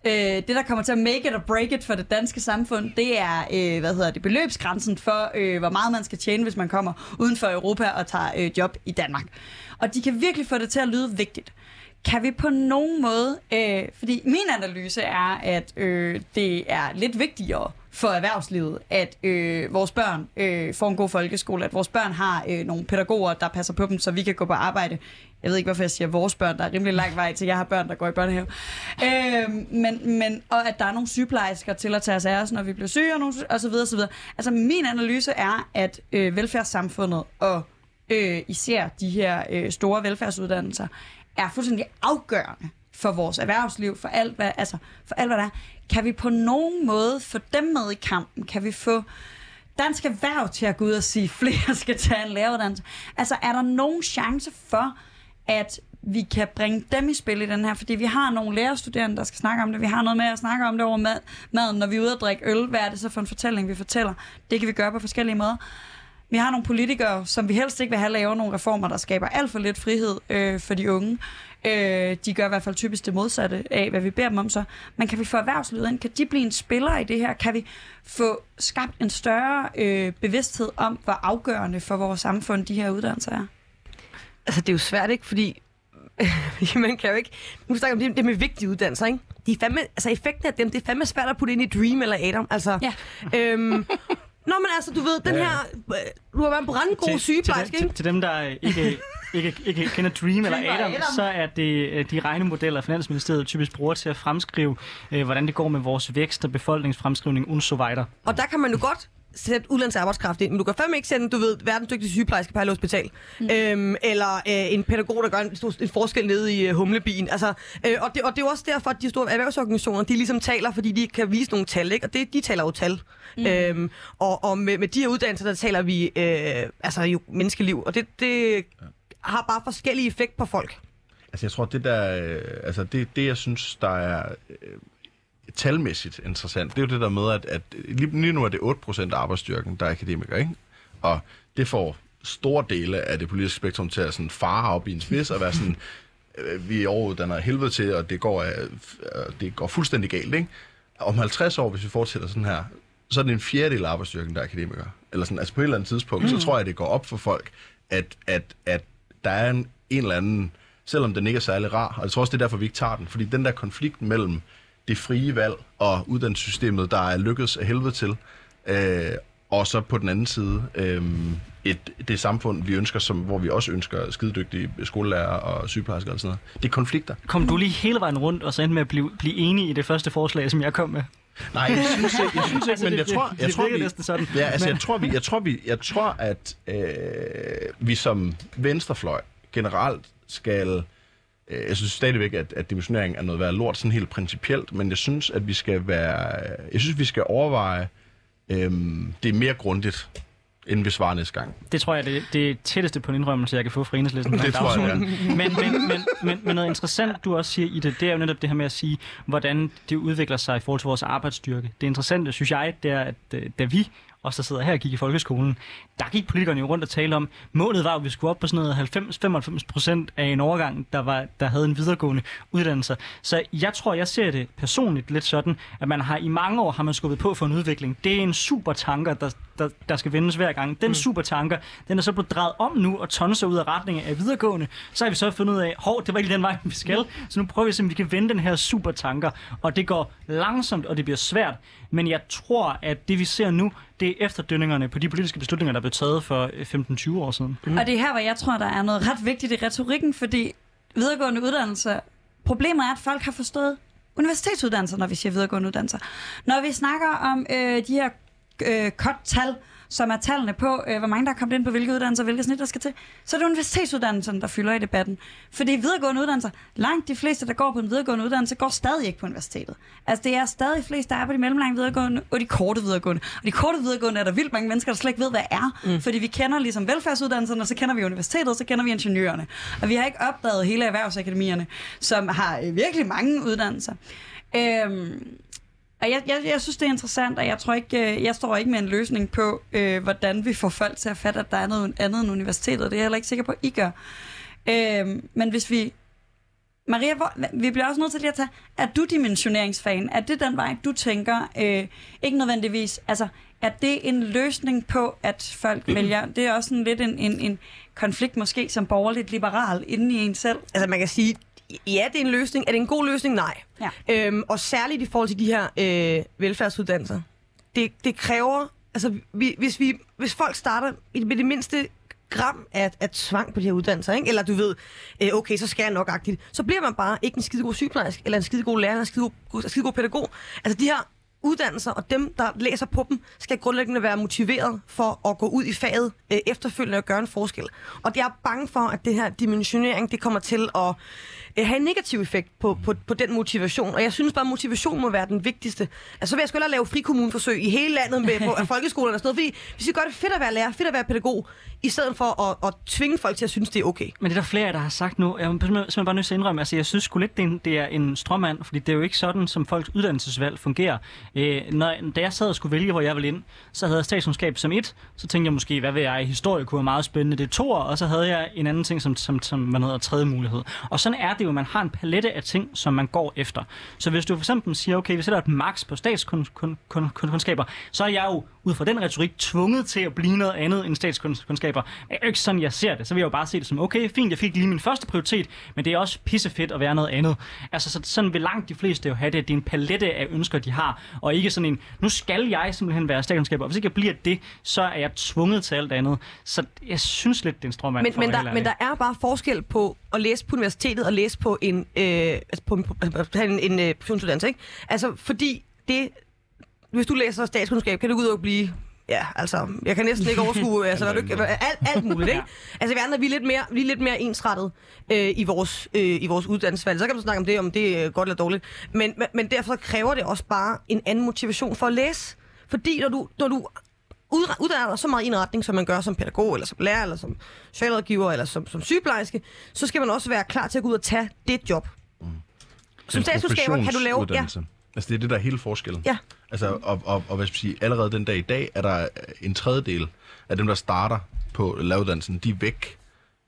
det, der kommer til at make it or break it for det danske samfund, det er, beløbsgrænsen for, hvor meget man skal tjene, hvis man kommer uden for Europa og tager job i Danmark. Og de kan virkelig få det til at lyde vigtigt. Kan vi på nogen måde, fordi min analyse er, at det er lidt vigtigere for erhvervslivet, at vores børn får en god folkeskole, at vores børn har nogle pædagoger, der passer på dem, så vi kan gå på arbejde. Jeg ved ikke, hvorfor jeg siger vores børn, der er rimelig lang vej til, jeg har børn, der går i børnehave. Og at der er nogle sygeplejersker til at tage os af os, når vi bliver syge, og så videre, så videre. Altså, min analyse er, at velfærdssamfundet og især de her store velfærdsuddannelser er fuldstændig afgørende for vores erhvervsliv, for alt, hvad der er. Kan vi på nogen måde få dem med i kampen? Kan vi få dansk erhverv til at gå ud og sige, at flere skal tage en læreruddannelse? Altså, er der nogen chance for, at vi kan bringe dem i spil i den her? Fordi vi har nogle lærerstuderende, der skal snakke om det. Vi har noget med at snakke om det over maden, når vi er ude og drikke øl. Hvad er det så for en fortælling, vi fortæller? Det kan vi gøre på forskellige måder. Vi har nogle politikere, som vi helst ikke vil have lavet nogle reformer, der skaber alt for lidt frihed for de unge. De gør i hvert fald typisk det modsatte af, hvad vi beder dem om så. Men kan vi få erhvervslivet ind? Kan de blive en spiller i det her? Kan vi få skabt en større bevidsthed om, hvor afgørende for vores samfund de her uddannelser er? Altså, det er jo svært, ikke? Fordi man kan jo ikke... Nu snakker om det med vigtige uddannelser, ikke? De er fandme, altså, effekten af dem, det er fandme svært at putte ind i Dream eller Adam. Altså, ja. Nå, men altså, du ved, den her... Du har været en brandgod sygeplejerske, ikke? Til dem, der ikke kender Dream eller Adam, så er det de regnemodeller, Finansministeriet typisk bruger til at fremskrive, hvordan det går med vores vækst og befolkningsfremskrivning und so weiter. Og der kan man jo godt sætte udlandsarbejdskraft ind, men du kan fandme ikke sætte, du ved, verdens dygtige sygeplejerske på Herlev Hospital. Eller en pædagog, der gør en forskel nede i Humlebien. Altså, og det er jo også derfor, at de store erhvervsorganisationer, de ligesom taler, fordi de kan vise nogle tal, ikke? Og de taler jo tal. Og med de her uddannelser, der taler vi jo menneskeliv, og det har bare forskellige effekt på folk. Altså, jeg tror, det jeg synes, der er talmæssigt interessant, det er jo det der med, at lige nu er det 8% af arbejdsstyrken, der er akademikere, ikke? Og det får store dele af det politiske spektrum til at sådan fare op i en spids og være sådan, vi overuddanner helvede til, og det går fuldstændig galt, ikke? Om 50 år, hvis vi fortsætter sådan her, så er det en fjerdedel af arbejdsstyrken, der er akademikere. Eller sådan, altså på et eller andet tidspunkt, så tror jeg, det går op for folk, at der er en eller anden, selvom den ikke er særlig rar, og jeg tror også, det er derfor, vi ikke tager den, fordi den der konflikt mellem det frie valg og uddannelsessystemet, der er lykkedes af helvede til, og så på den anden side det samfund, vi ønsker, hvor vi også ønsker skidedygtige skolelærer og sygeplejersker og sådan noget. Det er konflikter. Kom du lige hele vejen rundt og så endte med at blive enig i det første forslag, som jeg kom med? Nej, jeg synes ikke, men jeg tror, at vi som venstrefløj generelt skal... Jeg synes stadigvæk, at dimensionering er noget værd lort, sådan helt principielt, men jeg synes, at vi skal overveje det mere grundigt, inden vi svarer næste gang. Det tror jeg, det er tætteste på en indrømmelse, jeg kan få fra Enhedslisten. Det tror jeg, men noget interessant, du også siger i det er jo netop det her med at sige, hvordan det udvikler sig i forhold til vores arbejdsstyrke. Det interessante, synes jeg, det er, at da vi også der sidder her og gik i folkeskolen, der gik politikerne jo rundt og tale om, målet var, at vi skulle op på sådan noget 90-95% af en overgang, der havde en videregående uddannelse. Så jeg tror, jeg ser det personligt lidt sådan, at man har i mange år har man skubbet på for en udvikling. Det er en supertanker, der skal vendes hver gang. Den supertanker, den er så blevet drejet om nu og tonser ud af retningen af videregående. Så har vi så fundet ud af, det var ikke den vej, vi skal. Så nu prøver vi simpelthen, vi kan vende den her supertanker. Og det går langsomt, og det bliver svært. Men jeg tror, at det vi ser nu, det er efterdønningerne på de politiske beslutninger, der blev taget for 15-20 år siden. Og det er her, hvor jeg tror, der er noget ret vigtigt i retorikken, fordi videregående uddannelser, problemet er, at folk har forstået universitetsuddannelser, når vi siger videregående uddannelser. Når vi snakker om de her cut-tal, som er tallene på, hvor mange der er kommet ind på hvilke uddannelser, hvilke snit der skal til, så er det universitetsuddannelserne, der fylder i debatten. Fordi videregående uddannelser, langt de fleste, der går på en videregående uddannelse, går stadig ikke på universitetet. Altså det er stadig flest, der er på de mellemlange videregående, og de korte videregående. Og de korte videregående er der vildt mange mennesker, der slet ikke ved, hvad er. Fordi vi kender ligesom velfærdsuddannelserne, så kender vi universitetet, og så kender vi ingeniørerne. Og vi har ikke opdaget hele erhvervsakademierne, som har virkelig mange uddannelser. Og jeg synes, det er interessant, og jeg står ikke med en løsning på, hvordan vi får folk til at fatte, at der er noget andet end universitetet. Det er jeg heller ikke sikker på, I gør. Men hvis vi Maria, vi bliver også nødt til lige at tage, er du dimensioneringsfan? Er det den vej, du tænker? Ikke nødvendigvis. Altså, er det en løsning på, at folk vælger? Det er også sådan lidt en konflikt måske som borgerligt liberal inde i en selv. Altså man kan sige, ja, det er en løsning. Er det en god løsning? Nej. Ja. Og særligt i forhold til de her velfærdsuddannelser. Det kræver, altså hvis folk starter med det mindste gram af tvang på de her uddannelser, ikke? Eller du ved, okay, så skal jeg nok-agtigt, så bliver man bare ikke en skidegod sygeplejerske, eller en skidegod lærer, eller en skidegod pædagog. Altså de her uddannelser, og dem, der læser på dem, skal grundlæggende være motiveret for at gå ud i faget efterfølgende og gøre en forskel. Og jeg er bange for, at det her dimensionering, det kommer til at have en negativ effekt på den motivation. Og jeg synes bare, at motivation må være den vigtigste. Altså, så vil jeg sgu hellere lave frikommuneforsøg i hele landet med folkeskolerne og sådan noget, fordi hvis vi gør det fedt at være lærer, fedt at være pædagog, i stedet for at tvinge folk til at synes, det er okay. Men det er der flere, der har sagt nu. Jeg er simpelthen bare nødt til at indrømme, altså jeg synes sgu lidt, det er en stråmand, fordi det er jo ikke sådan, som folks uddannelsesvalg fungerer. Da jeg sad og skulle vælge, hvor jeg ville ind, så havde jeg statskundskab som 1, så tænkte jeg måske, hvad ved jeg, historie kunne være meget spændende, det er 2, og så havde jeg en anden ting, som man hedder tredje mulighed. Og sådan er det jo, man har en palette af ting, som man går efter. Så hvis du for eksempel siger, okay, vi sætter et max på statskundskaber, så er jeg jo ud fra den retorik tvunget til at blive noget andet end statskundskaber. Men det er ikke sådan, jeg ser det. Så vil jeg jo bare se det som, okay, fint, jeg fik lige min første prioritet, men det er også pissefedt at være noget andet. Altså, sådan vil langt de fleste jo have det. Det er en palette af ønsker, de har, og ikke sådan en, nu skal jeg simpelthen være statskundskaber, og hvis ikke jeg bliver det, så er jeg tvunget til alt andet. Så jeg synes lidt, det er en stråmand. Men der er bare forskel på at læse på universitetet og læse på en professionsuddannelse, ikke? Altså, fordi det, hvis du læser statskundskab, kan du gå ud og blive, ja, altså, jeg kan næsten ikke overskue, altså, alt muligt, ikke? Altså, vi andre, vi er lidt mere ensrettet i vores uddannelsesvalg. Så kan man snakke om det er godt eller dårligt. Men derfor kræver det også bare en anden motivation for at læse. Fordi når du uddanner dig så meget i en retning, som man gør som pædagog, eller som lærer, eller som socialrådgiver, eller som sygeplejerske, så skal man også være klar til at gå ud og tage det job. Som statskundskaber kan du lave... Ja. Altså, det er det, der er hele forskellen. Ja. Altså, og hvad skal jeg sige, allerede den dag i dag, er der en tredjedel af dem, der starter på læreruddannelsen, de er væk,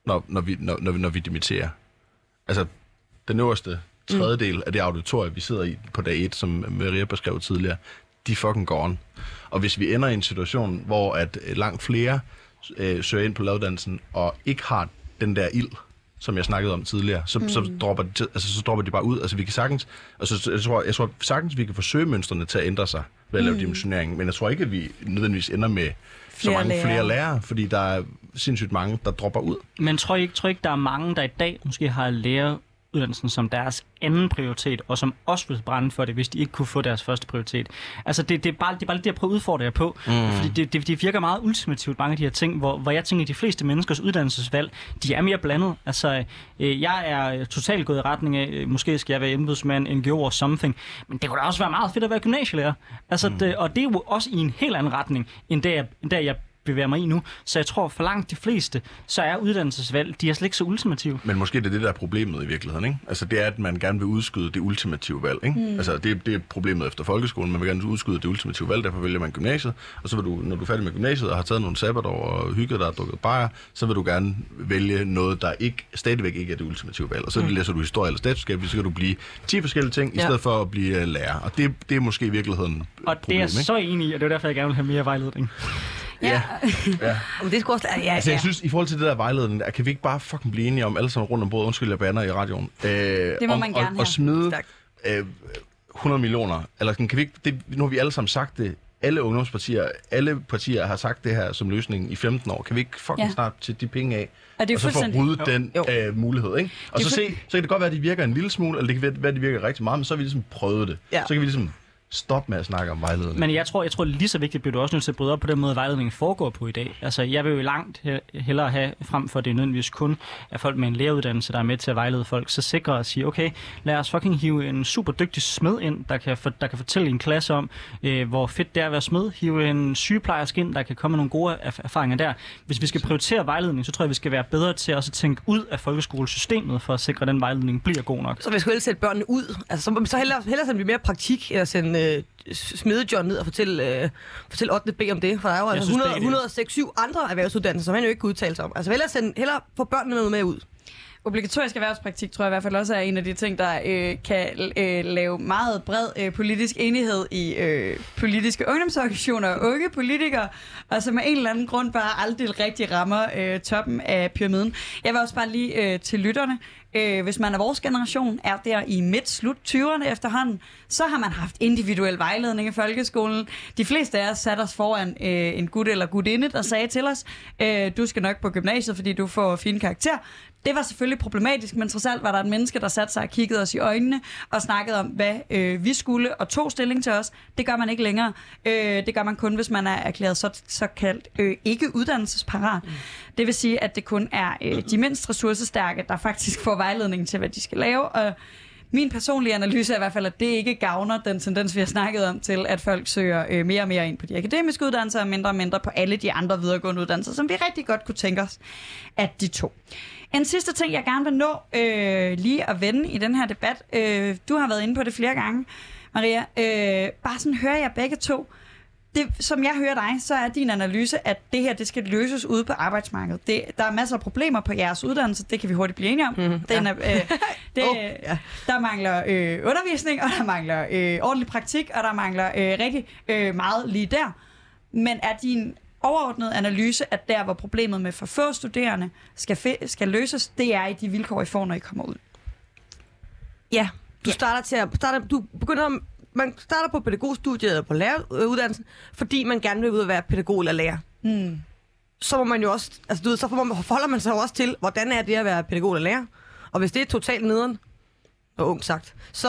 når vi dimitterer. Altså, den øverste tredjedel af det auditorie, vi sidder i på dag 1, som Maria beskrev tidligere, de fucking gone. Og hvis vi ender i en situation, hvor at langt flere søger ind på læreruddannelsen og ikke har den der ild, som jeg snakkede om tidligere, så dropper de bare ud. Altså vi kan sagtens, altså jeg tror sagtens vi kan forsøge mønstrene til at ændre sig ved at lave dimensionering, men jeg tror ikke at vi nødvendigvis ender med så mange flere lærere, fordi der er sindssygt mange der dropper ud. Men tror I ikke der er mange der i dag måske har læreruddannelsen som deres anden prioritet, og som også vil brænde for det, hvis de ikke kunne få deres første prioritet. Altså, det er bare lidt det, jeg prøver at udfordre jer på. Fordi det virker meget ultimativt, mange af de her ting, hvor jeg tænker, at de fleste menneskers uddannelsesvalg, de er mere blandet. Altså, jeg er totalt gået i retning af, måske skal jeg være embedsmand, NGO og something, men det kunne da også være meget fedt at være gymnasielærer. Altså, og det er jo også i en helt anden retning, end der jeg bevæger mig i nu. Så jeg tror, for langt de fleste, så er uddannelsesvalg, de er slet ikke så ultimative. Men måske det er det, der er problemet i virkeligheden, ikke? Altså det er, at man gerne vil udskyde det ultimative valg, ikke? Altså det er problemet efter folkeskolen. Man vil gerne udskyde det ultimative valg, derfor vælger man gymnasiet. Og så vil du, når du er færdig med gymnasiet og har taget nogle sabbatår og hygget dig og drukket bajer, så vil du gerne vælge noget, der stadigvæk ikke er det ultimative valg. Og så læser du historie eller statskundskab, så kan du blive 10 forskellige ting, i stedet for at blive lærer. Og det er måske i virkeligheden og problem, det er jeg så enig i, og det er derfor, jeg gerne vil have mere vejledning. Ja. Men det skulle også... Altså, jeg synes, i forhold til det der vejledning, kan vi ikke bare fucking blive enige om, alle sammen rundt om bordet, undskyld, jeg bander i radioen, det må man gerne og smide 100 millioner, eller kan vi ikke, nu har vi alle sammen sagt det, alle ungdomspartier, alle partier har sagt det her som løsning i 15 år. Kan vi ikke fucking snart til de penge af, og så få ryddet den mulighed, ikke? Og så kan det godt være, at de virker en lille smule, eller det kan være, at de virker rigtig meget, men så har vi ligesom prøvet det. Ja. Så kan vi ligesom stop med at snakke om vejledning. Men jeg tror lige så vigtigt bliver du også nødt til at bryde op på den måde, vejledningen foregår på i dag. Altså, jeg vil jo langt hellere have frem for det nødvendigvis kun af folk med en læreruddannelse, der er med til at vejlede folk, så sikre at sige, okay, lad os fucking hive en super dygtig smed ind, der kan fortælle en klasse om, hvor fedt det er at være smed. Hive en sygeplejerske ind, der kan komme med nogle gode erfaringer der. Hvis vi skal prioritere vejledning, så tror jeg, vi skal være bedre til også at tænke ud af folkeskolesystemet, for at sikre, at den vejledning bliver god nok. Så vi skal sætte børnene ud. Altså, så hellere sende mere praktik, eller sende smide John ned og fortælle 8. B om det, for der er jo altså 106-7 andre erhvervsuddannelser, som han jo ikke kan udtale sig om. Altså hellere få børnene noget med ud. Obligatorisk erhvervspraktik tror jeg i hvert fald også er en af de ting, der kan lave meget bred politisk enighed i politiske ungdomsorganisationer og unge politikere, og som af en eller anden grund bare aldrig rigtig rammer toppen af pyramiden. Jeg vil også bare lige til lytterne, hvis man er vores generation, er der i midt-slut 20'erne efterhånden, så har man haft individuel vejledning i folkeskolen. De fleste af os satte os foran en gut eller gutinde, der sagde til os, du skal nok på gymnasiet, fordi du får fine karakterer. Det var selvfølgelig problematisk, men trods alt var der et menneske, der satte sig og kiggede os i øjnene og snakkede om, hvad vi skulle, og tog stilling til os. Det gør man ikke længere. Det gør man kun, hvis man er erklæret såkaldt ikke uddannelsesparat. Det vil sige, at det kun er de mindst ressourcestærke, der faktisk får vejledning til, hvad de skal lave. Og min personlige analyse er i hvert fald, at det ikke gavner den tendens, vi har snakket om, til at folk søger mere og mere ind på de akademiske uddannelser, og mindre og mindre på alle de andre videregående uddannelser, som vi rigtig godt kunne tænke os, at de tog. En sidste ting, jeg gerne vil nå lige at vende i den her debat. Du har været inde på det flere gange, Maria. Bare sådan hører jeg begge to. Som jeg hører dig, så er din analyse, at det her det skal løses ude på arbejdsmarkedet. Der er masser af problemer på jeres uddannelse, det kan vi hurtigt blive enige om. Der mangler undervisning, og der mangler ordentlig praktik, og der mangler rigtig meget lige der. Men er din overordnede analyse, at der, hvor problemet med for få studerende skal løses, det er i de vilkår, I får, når I kommer ud? Ja, man starter på pædagogstudiet eller på læreruddannelsen, fordi man gerne vil ud og være pædagog eller lærer. Så må man jo også, så forholder man sig jo også til, hvordan er det at være pædagog eller lærer. Og hvis det er totalt nederen, og ung sagt, så...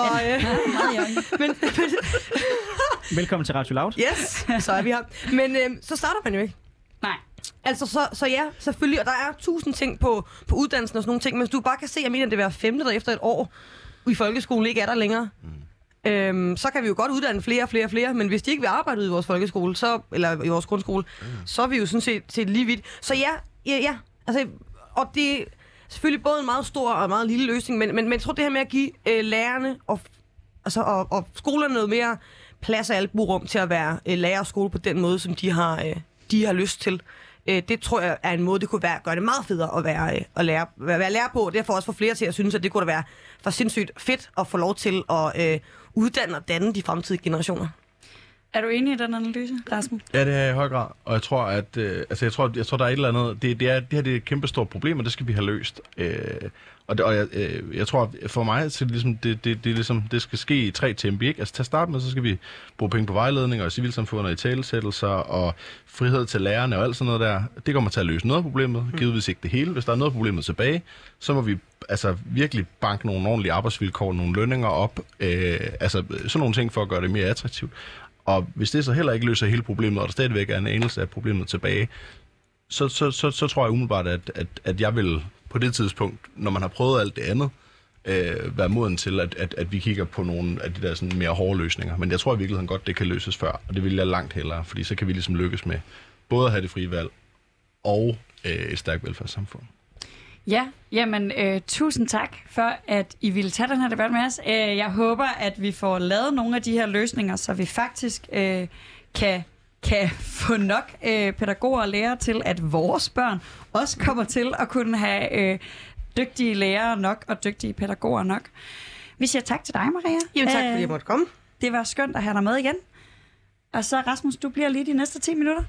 men Velkommen til Radio Loud. Yes, så er vi her. Men så starter man jo ikke. Nej. Altså, så ja, selvfølgelig, og der er 1000 ting på uddannelsen og sådan nogle ting, men hvis du bare kan se, jeg mener, at det vil være 5. der efter et år i folkeskolen ikke er der længere, så kan vi jo godt uddanne flere, men hvis de ikke vil arbejde ude i vores folkeskole, eller i vores grundskole, så er vi jo sådan set lige vidt. Så ja, altså, og det er selvfølgelig både en meget stor og en meget lille løsning, men jeg tror, det her med at give lærerne og skolerne noget mere plads og albuerum til at være lærer og skole på den måde, som de har lyst til. Det tror jeg er en måde, det kunne gøre det meget federe at være lærer på, og derfor også få flere til at synes, at det kunne da være for sindssygt fedt at få lov til at uddanne og danne de fremtidige generationer. Er du enig i den analyse, Rasmus? Ja, det er i høj grad, og jeg tror, at jeg tror, der er et eller andet. Det her det er et kæmpe stort problem, og det skal vi have løst. Jeg tror, for mig, så det skal ske i 3 tempi, ikke? Altså til at starte med, så skal vi bruge penge på vejledning og civilsamfund og italesættelser og frihed til lærerne og alt sådan noget der. Det kommer til at løse noget af problemet, givetvis ikke det hele. Hvis der er noget af problemet tilbage, så må vi virkelig banke nogle ordentlige arbejdsvilkår, nogle lønninger op, sådan nogle ting for at gøre det mere attraktivt. Og hvis det så heller ikke løser hele problemet, og der stadigvæk er en anelse af problemet tilbage, så tror jeg umiddelbart, at jeg vil på det tidspunkt, når man har prøvet alt det andet, være moden til, at vi kigger på nogle af de der sådan mere hårde løsninger. Men jeg tror i virkeligheden godt, det kan løses før, og det vil jeg langt hellere, fordi så kan vi ligesom lykkes med både at have det frie valg og et stærkt velfærdssamfund. Ja, jamen tusind tak for, at I ville tage den her debat med os. Jeg håber, at vi får lavet nogle af de her løsninger, så vi faktisk kan få nok pædagoger og lærere til, at vores børn også kommer til at kunne have dygtige lærere nok og dygtige pædagoger nok. Vi siger tak til dig, Maria. Jamen tak, fordi jeg måtte komme. Det var skønt at have dig med igen. Og så Rasmus, du bliver lige de næste 10 minutter.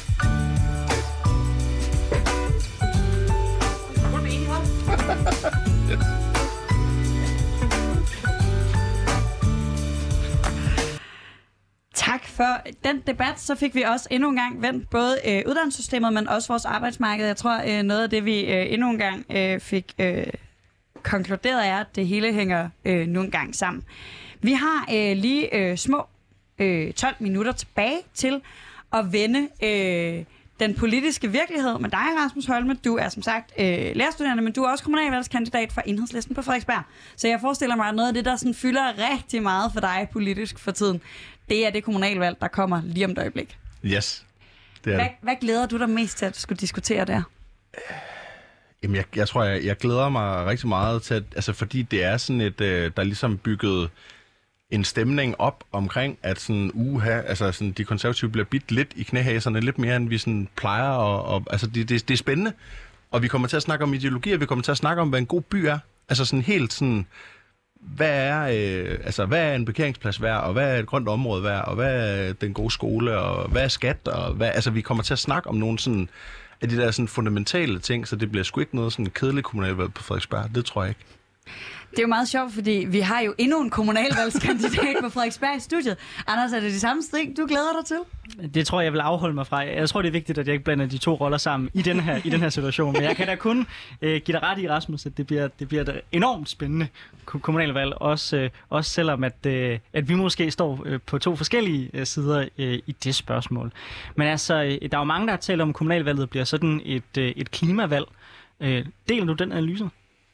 Tak for den debat. Så fik vi også endnu en gang vendt både uddannelsessystemet, men også vores arbejdsmarked. Jeg tror, noget af det, vi endnu en gang fik konkluderet, er, at det hele hænger nu en gang sammen. Vi har lige små 12 minutter tilbage til at vende den politiske virkelighed med dig, Rasmus Holme. Du er som sagt lærerstuderende, men du er også kommunalvalgskandidat for Enhedslisten på Frederiksberg. Så jeg forestiller mig, at noget af det, der sådan fylder rigtig meget for dig politisk for tiden, det er det kommunalvalg, der kommer lige om et øjeblik. Yes, det er det. Hvad glæder du dig mest til at skulle diskutere der? Jamen, jeg tror, jeg glæder mig rigtig meget til, fordi det er sådan et, der er ligesom bygget en stemning op omkring, at sådan, de konservative bliver bidt lidt i knæhaserne, lidt mere, end vi sådan plejer, og det er spændende. Og vi kommer til at snakke om ideologier, vi kommer til at snakke om, hvad en god by er. Altså sådan helt sådan, hvad er en parkeringsplads værd, og hvad er et grønt område værd, og hvad er den gode skole, og hvad er skat, og vi kommer til at snakke om nogle sådan, af de der sådan fundamentale ting, så det bliver sgu ikke noget sådan kedeligt kommunalvalg på Frederiksberg. Det tror jeg ikke. Det er jo meget sjovt, fordi vi har jo endnu en kommunalvalgskandidat på Frederiksberg i studiet. Anders, er det de samme strik, du glæder dig til? Det tror jeg vil afholde mig fra. Jeg tror, det er vigtigt, at jeg ikke blander de to roller sammen i den her situation. Men jeg kan da kun give dig ret i, Rasmus, at det bliver et enormt spændende kommunalvalg. Også selvom, at vi måske står på to forskellige sider i det spørgsmål. Men altså, der er jo mange, der har talt om, at kommunalvalget bliver sådan et klimavalg. Deler du den analyse?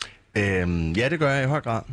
Ja, det gør jeg i høj grad.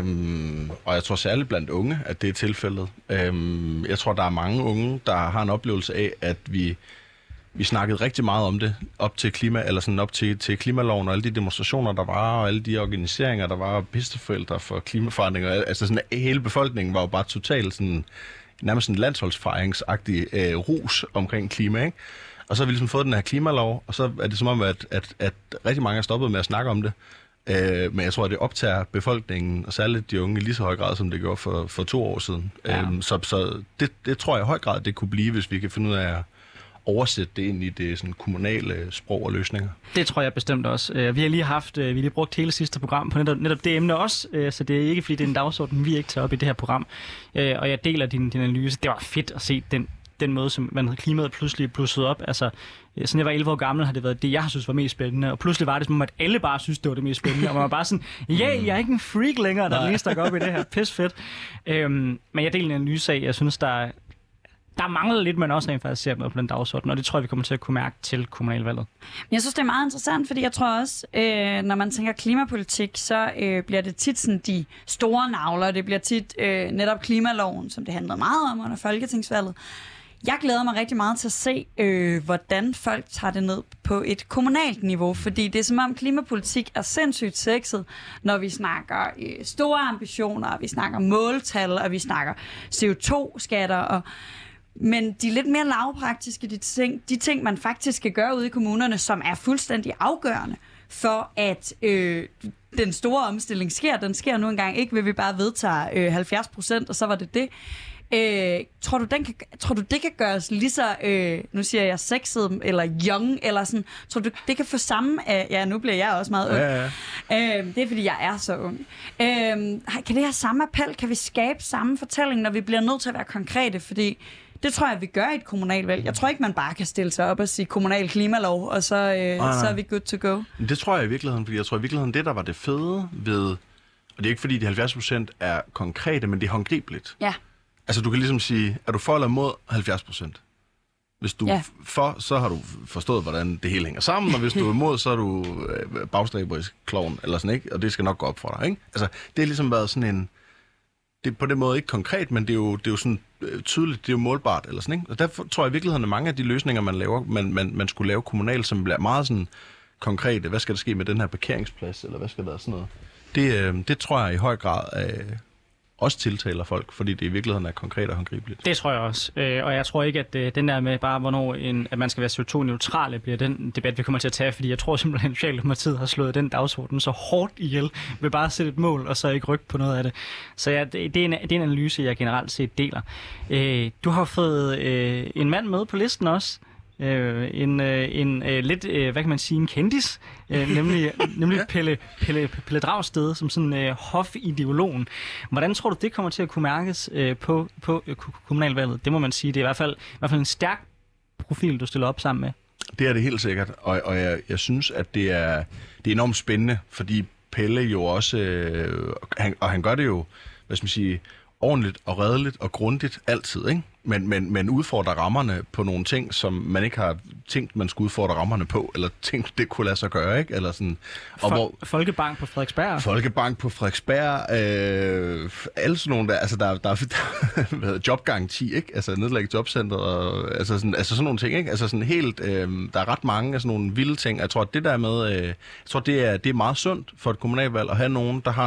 Og jeg tror særligt blandt unge, at det er tilfældet. Jeg tror, der er mange unge, der har en oplevelse af, at vi snakkede rigtig meget om det op til til klimaloven og alle de demonstrationer, der var, og alle de organiseringer, der var, pisteforældre for klimaforandringer. Altså sådan, hele befolkningen var jo bare totalt sådan, nærmest en landsholdsfejringsagtig rus omkring klima, ikke? Og så har vi ligesom fået den her klimalov, og så er det som om, at rigtig mange er stoppet med at snakke om det. Men jeg tror, at det optager befolkningen, og særligt de unge, i lige så høj grad, som det gjorde for 2 år siden. Ja. Så det tror jeg i høj grad, det kunne blive, hvis vi kan finde ud af at oversætte det ind i det sådan, kommunale sprog og løsninger. Det tror jeg bestemt også. Vi har lige brugt hele sidste program på netop det emne også, så det er ikke, fordi det er en dagsorden, vi ikke tager op i det her program. Og jeg deler din analyse. Det var fedt at se den måde, som klimaet pludselig blussede op. Altså, siden jeg var 11 år gammel, har det været det, jeg synes var mest spændende. Og pludselig var det som om, at alle bare synes, det var det mest spændende. Og man var bare sådan, jeg er ikke en freak længere, der er den eneste, der går op i det her. Pis fedt. Men jeg deler en analyse af, jeg synes, der mangler lidt, men også rent faktisk ser noget på den dagsorden. Og det tror jeg, vi kommer til at kunne mærke til kommunalvalget. Jeg synes, det er meget interessant, fordi jeg tror også, når man tænker klimapolitik, så bliver det tit sådan de store navler. Det bliver tit netop klimaloven, som det handlede meget om under folketingsvalget. Jeg glæder mig rigtig meget til at se, hvordan folk tager det ned på et kommunalt niveau, fordi det er som om klimapolitik er sindssygt sexet, når vi snakker store ambitioner, vi snakker måltal, og vi snakker CO2-skatter, men de lidt mere lavpraktiske, de ting, man faktisk skal gøre ude i kommunerne, som er fuldstændig afgørende for, at den store omstilling sker. Den sker nu engang ikke, ved vi bare vedtager 70%, og så var det det. Tror du, det kan gøres lige så, nu siger jeg sexet, eller young, eller sådan, tror du, det kan få samme, ja, nu bliver jeg også meget ung. Ja. Det er, fordi jeg er så ung. Kan det have samme appel? Kan vi skabe samme fortælling, når vi bliver nødt til at være konkrete? Fordi det tror jeg, vi gør i et kommunalvalg. Jeg tror ikke, man bare kan stille sig op og sige kommunal klimalov, og så er vi good to go. Det tror jeg i virkeligheden, fordi jeg tror i virkeligheden, det der var det fede ved, og det er ikke fordi de 70% er konkrete, men det er håndgribeligt. Ja. Altså, du kan ligesom sige, er du for eller mod 70%? Hvis du er for, så har du forstået, hvordan det hele hænger sammen, og hvis du er imod, så er du bagstræberisk klovn, eller sådan, ikke? Og det skal nok gå op for dig, ikke? Altså, det har ligesom været sådan en, det er på den måde ikke konkret, men det er jo sådan tydeligt, det er jo målbart, eller sådan, ikke? Og derfor tror jeg i virkeligheden, at mange af de løsninger, man laver, man skulle lave kommunalt, som bliver meget sådan konkrete. Hvad skal der ske med den her parkeringsplads, eller hvad skal der sådan noget? Det tror jeg i høj grad også tiltaler folk, fordi det i virkeligheden er konkret og håndgribeligt. Det tror jeg også. Og jeg tror ikke, at den der med bare, hvornår at man skal være CO2-neutrale, bliver den debat, vi kommer til at tage, fordi jeg tror simpelthen, at Socialdemokratiet har slået den dagsorden så hårdt ihjel, ved bare at sætte et mål, og så ikke rykke på noget af det. Så ja, det er en analyse, jeg generelt set deler. Du har fået en mand med på listen også, en lidt, hvad kan man sige, en kendis, nemlig Pelle Dragsted, som sådan hofideologen. Hvordan tror du, det kommer til at kunne mærkes på kommunalvalget? Det må man sige, det er i hvert fald en stærk profil, du stiller op sammen med. Det er det helt sikkert, og jeg synes, at det er enormt spændende, fordi Pelle jo også, han gør det jo, hvad skal man sige, ordentligt og redeligt og grundigt altid, ikke? Men udfordrer rammerne på nogle ting, som man ikke har tænkt, man skulle udfordre rammerne på, eller tænkt, det kunne lade sig gøre, ikke? Eller sådan. Folkebank på Frederiksberg. Folkebank på Frederiksberg. Alle sådan nogle der, altså der er jobgaranti, ikke? Altså nedlægge jobcentret, altså sådan nogle ting, ikke? Altså sådan helt, der er ret mange af sådan nogle vilde ting. Jeg tror, at det der med, jeg tror, det er meget sundt for et kommunalvalg at have nogen, der har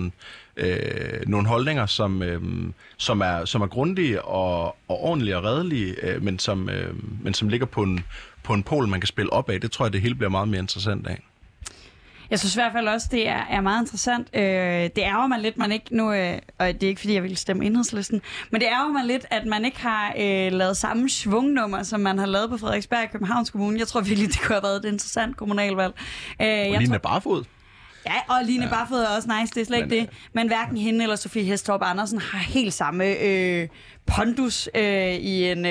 nogle holdninger, som er grundige og ordentlige og redelige, men som ligger på på en pol, man kan spille op af. Det tror jeg, det hele bliver meget mere interessant af. Jeg synes i hvert fald også, det er meget interessant. Det ærger mig lidt, man ikke nu, og det er ikke fordi, jeg vil stemme Enhedslisten, men det ærger mig lidt, at man ikke har lavet samme svungnummer, som man har lavet på Frederiksberg i Københavns Kommune. Jeg tror virkelig, det kunne have været et interessant kommunalvalg. Og Line Barfod. Ja, og Line Barfod er også nice, det er slet ikke det. Men hverken hende eller Sofie Hæstorp Andersen har helt samme pondus i en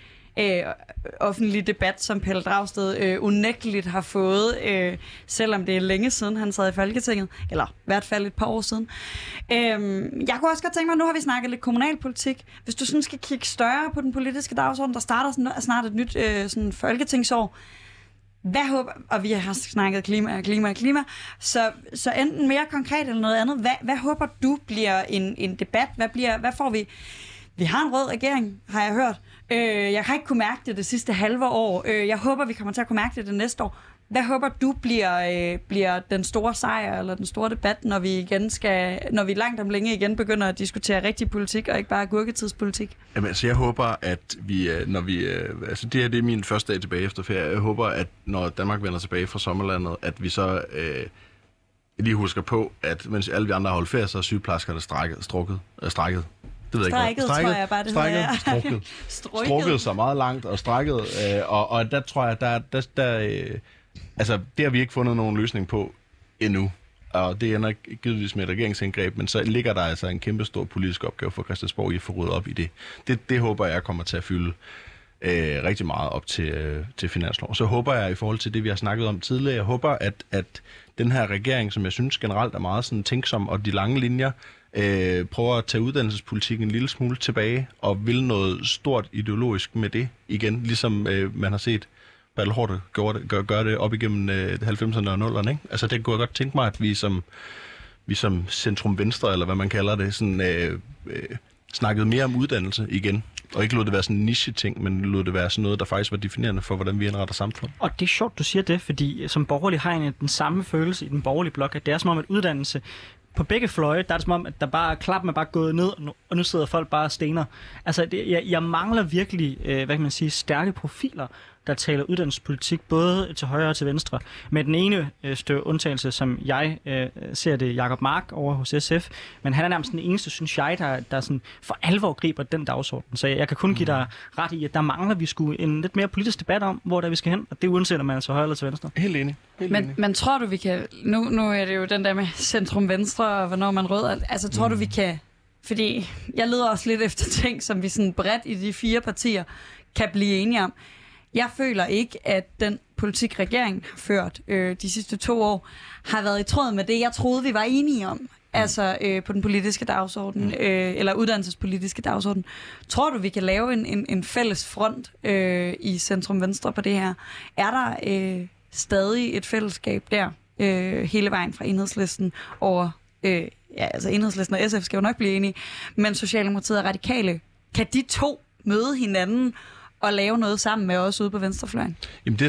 offentlig debat, som Pelle Dragsted unægteligt har fået, selvom det er længe siden, han sad i Folketinget, eller i hvert fald et par år siden. Jeg kunne også godt tænke mig, nu har vi snakket lidt kommunalpolitik. Hvis du sådan skal kigge større på den politiske dagsorden, der starter snart et nyt sådan folketingsår. Hvad håber, og vi har snakket klima, så enten mere konkret eller noget andet. Hvad håber du bliver en debat? Hvad får vi? Vi har en rød regering, har jeg hørt. Jeg har ikke kunne mærke det sidste halve år. Jeg håber, vi kommer til at kunne mærke det næste år. Hvad håber du bliver den store sejr eller den store debat, når vi langt om længe igen begynder at diskutere rigtig politik og ikke bare gurketidspolitik? Jamen, altså, jeg håber, at vi, altså det her det er min første dag tilbage efter ferie. Jeg håber, at når Danmark vender tilbage fra sommerlandet, at vi så lige husker på, at mens alle vi andre har holdt ferie, så er sygeplejerskerne strækket. Det ved jeg ikke. Tror jeg bare, det hedder. Strukket så meget langt og strækket. Og der tror jeg, altså, det har vi ikke fundet nogen løsning på endnu. Og det ender givetvis med et regeringsindgreb, men så ligger der altså en kæmpe stor politisk opgave for Christiansborg i at få ryddet op i det. Det håber jeg kommer til at fylde rigtig meget op til finanslov. Så håber jeg i forhold til det, vi har snakket om tidligere, jeg håber, at den her regering, som jeg synes generelt er meget sådan tænksom, og de lange linjer, prøver at tage uddannelsespolitikken en lille smule tilbage, og vil noget stort ideologisk med det igen, ligesom man har set Bertel Haarder gøre det op igennem 90'erne og 0'erne. Ikke? Altså det kunne jeg godt tænke mig, at vi som centrum-venstre, eller hvad man kalder det, sådan, snakkede mere om uddannelse igen. Og ikke lod det være sådan en niche-ting, men lod det være sådan noget, der faktisk var definerende for, hvordan vi indretter samfund. Og det er sjovt, du siger det, fordi som borgerlig har jeg den samme følelse i den borgerlige blok, at det er som om, at uddannelse på begge fløje, der er det som om, at der bare klappen er bare gået ned, og nu sidder folk bare og stener. Altså, jeg mangler virkelig, hvad kan man sige, stærke profiler, der taler uddannelsespolitik, både til højre og til venstre. Med den ene undtagelse, som jeg ser det, Jacob Mark over hos SF, men han er nærmest den eneste, synes jeg, der sådan for alvor griber den dagsorden. Så jeg kan kun give dig ret i, at der mangler vi sgu en lidt mere politisk debat om, hvor der vi skal hen, og det er uanset, om man er til højre eller til venstre. Helt enig. Men tror du, vi kan... Nu er det jo den der med centrum-venstre, og hvornår man rød. Altså, tror du, vi kan... Fordi jeg leder også lidt efter ting, som vi sådan bredt i de 4 partier kan blive enige om. Jeg føler ikke, at den politik, regeringen har ført de sidste 2 år, har været i tråd med det, jeg troede, vi var enige om. Altså på den politiske dagsorden, eller uddannelsespolitiske dagsorden. Tror du, vi kan lave en fælles front i Centrum Venstre på det her? Er der stadig et fællesskab der, hele vejen fra Enhedslisten over... altså Enhedslisten og SF skal jo nok blive enige, men Socialdemokratiet og Radikale, kan de 2 møde hinanden og lave noget sammen med os ude på venstrefløjen? Jamen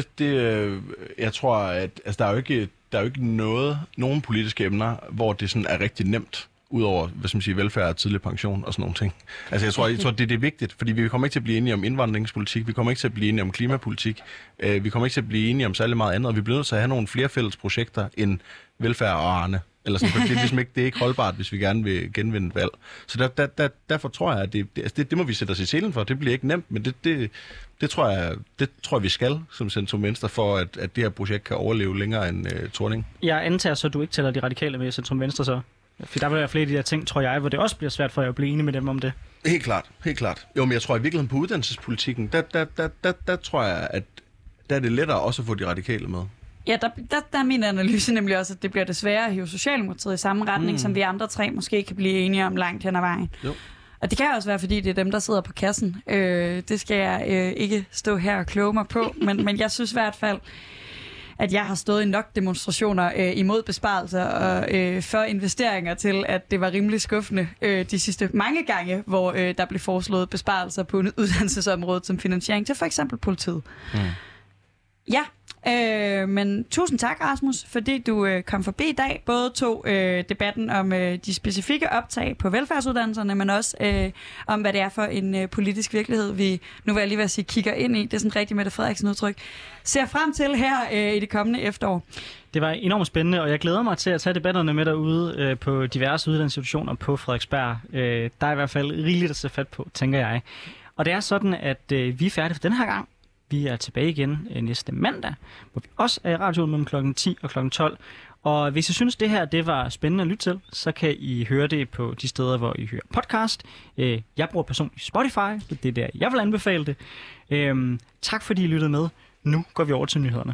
jeg tror, at altså, der er jo ikke nogen politiske emner, hvor det sådan er rigtig nemt, udover hvad skal man sige, velfærd og tidlig pension og sådan nogle ting. Altså jeg tror det er vigtigt, fordi vi kommer ikke til at blive enige om indvandringspolitik, vi kommer ikke til at blive enige om klimapolitik, vi kommer ikke til at blive enige om særlig meget andet, og vi bliver nødt til at have nogle flere fælles projekter end velfærd og Arne. Eller sådan, det er ligesom ikke, det er ikke holdbart, hvis vi gerne vil genvinde et valg. Så derfor tror jeg, at det må vi sætte os i selen for. Det bliver ikke nemt, men det tror jeg, vi skal som Centrum Venstre, for at det her projekt kan overleve længere end Thorning. Jeg antager så, at du ikke tæller de radikale med Centrum Venstre så. For der vil være flere af de der ting, tror jeg, hvor det også bliver svært for jer at blive enige med dem om det. Helt klart. Jo, men jeg tror i virkeligheden på uddannelsespolitikken, der tror jeg, at der er det lettere også at få de radikale med. Ja, der er min analyse nemlig også, at det bliver desværre at hive Socialdemokratiet i samme retning, som vi andre 3 måske kan blive enige om langt hen ad vejen. Jo. Og det kan også være, fordi det er dem, der sidder på kassen. Det skal jeg ikke stå her og kloge mig på, men jeg synes i hvert fald, at jeg har stået i nok demonstrationer imod besparelser og for investeringer til, at det var rimelig skuffende de sidste mange gange, hvor der blev foreslået besparelser på uddannelsesområdet som finansiering til for eksempel politiet. Ja, Men tusind tak, Rasmus, fordi du kom forbi i dag. Både tog debatten om de specifikke optag på velfærdsuddannelserne, men også om, hvad det er for en politisk virkelighed, vi, nu vil jeg lige sige, kigger ind i. Det er sådan rigtig Mette Frederiksen udtryk. Ser frem til her i det kommende efterår. Det var enormt spændende, og jeg glæder mig til at tage debatterne med derude på diverse uddannelsesinstitutioner på Frederiksberg. Der er i hvert fald rigeligt at sætte fat på, tænker jeg. Og det er sådan, at vi er færdige for den her gang. Vi er tilbage igen næste mandag, hvor vi også er i radioen mellem kl. 10 og kl. 12. Og hvis I synes, det her det var spændende at lytte til, så kan I høre det på de steder, hvor I hører podcast. Jeg bruger personligt Spotify, det er der, jeg vil anbefale det. Tak fordi I lyttede med. Nu går vi over til nyhederne.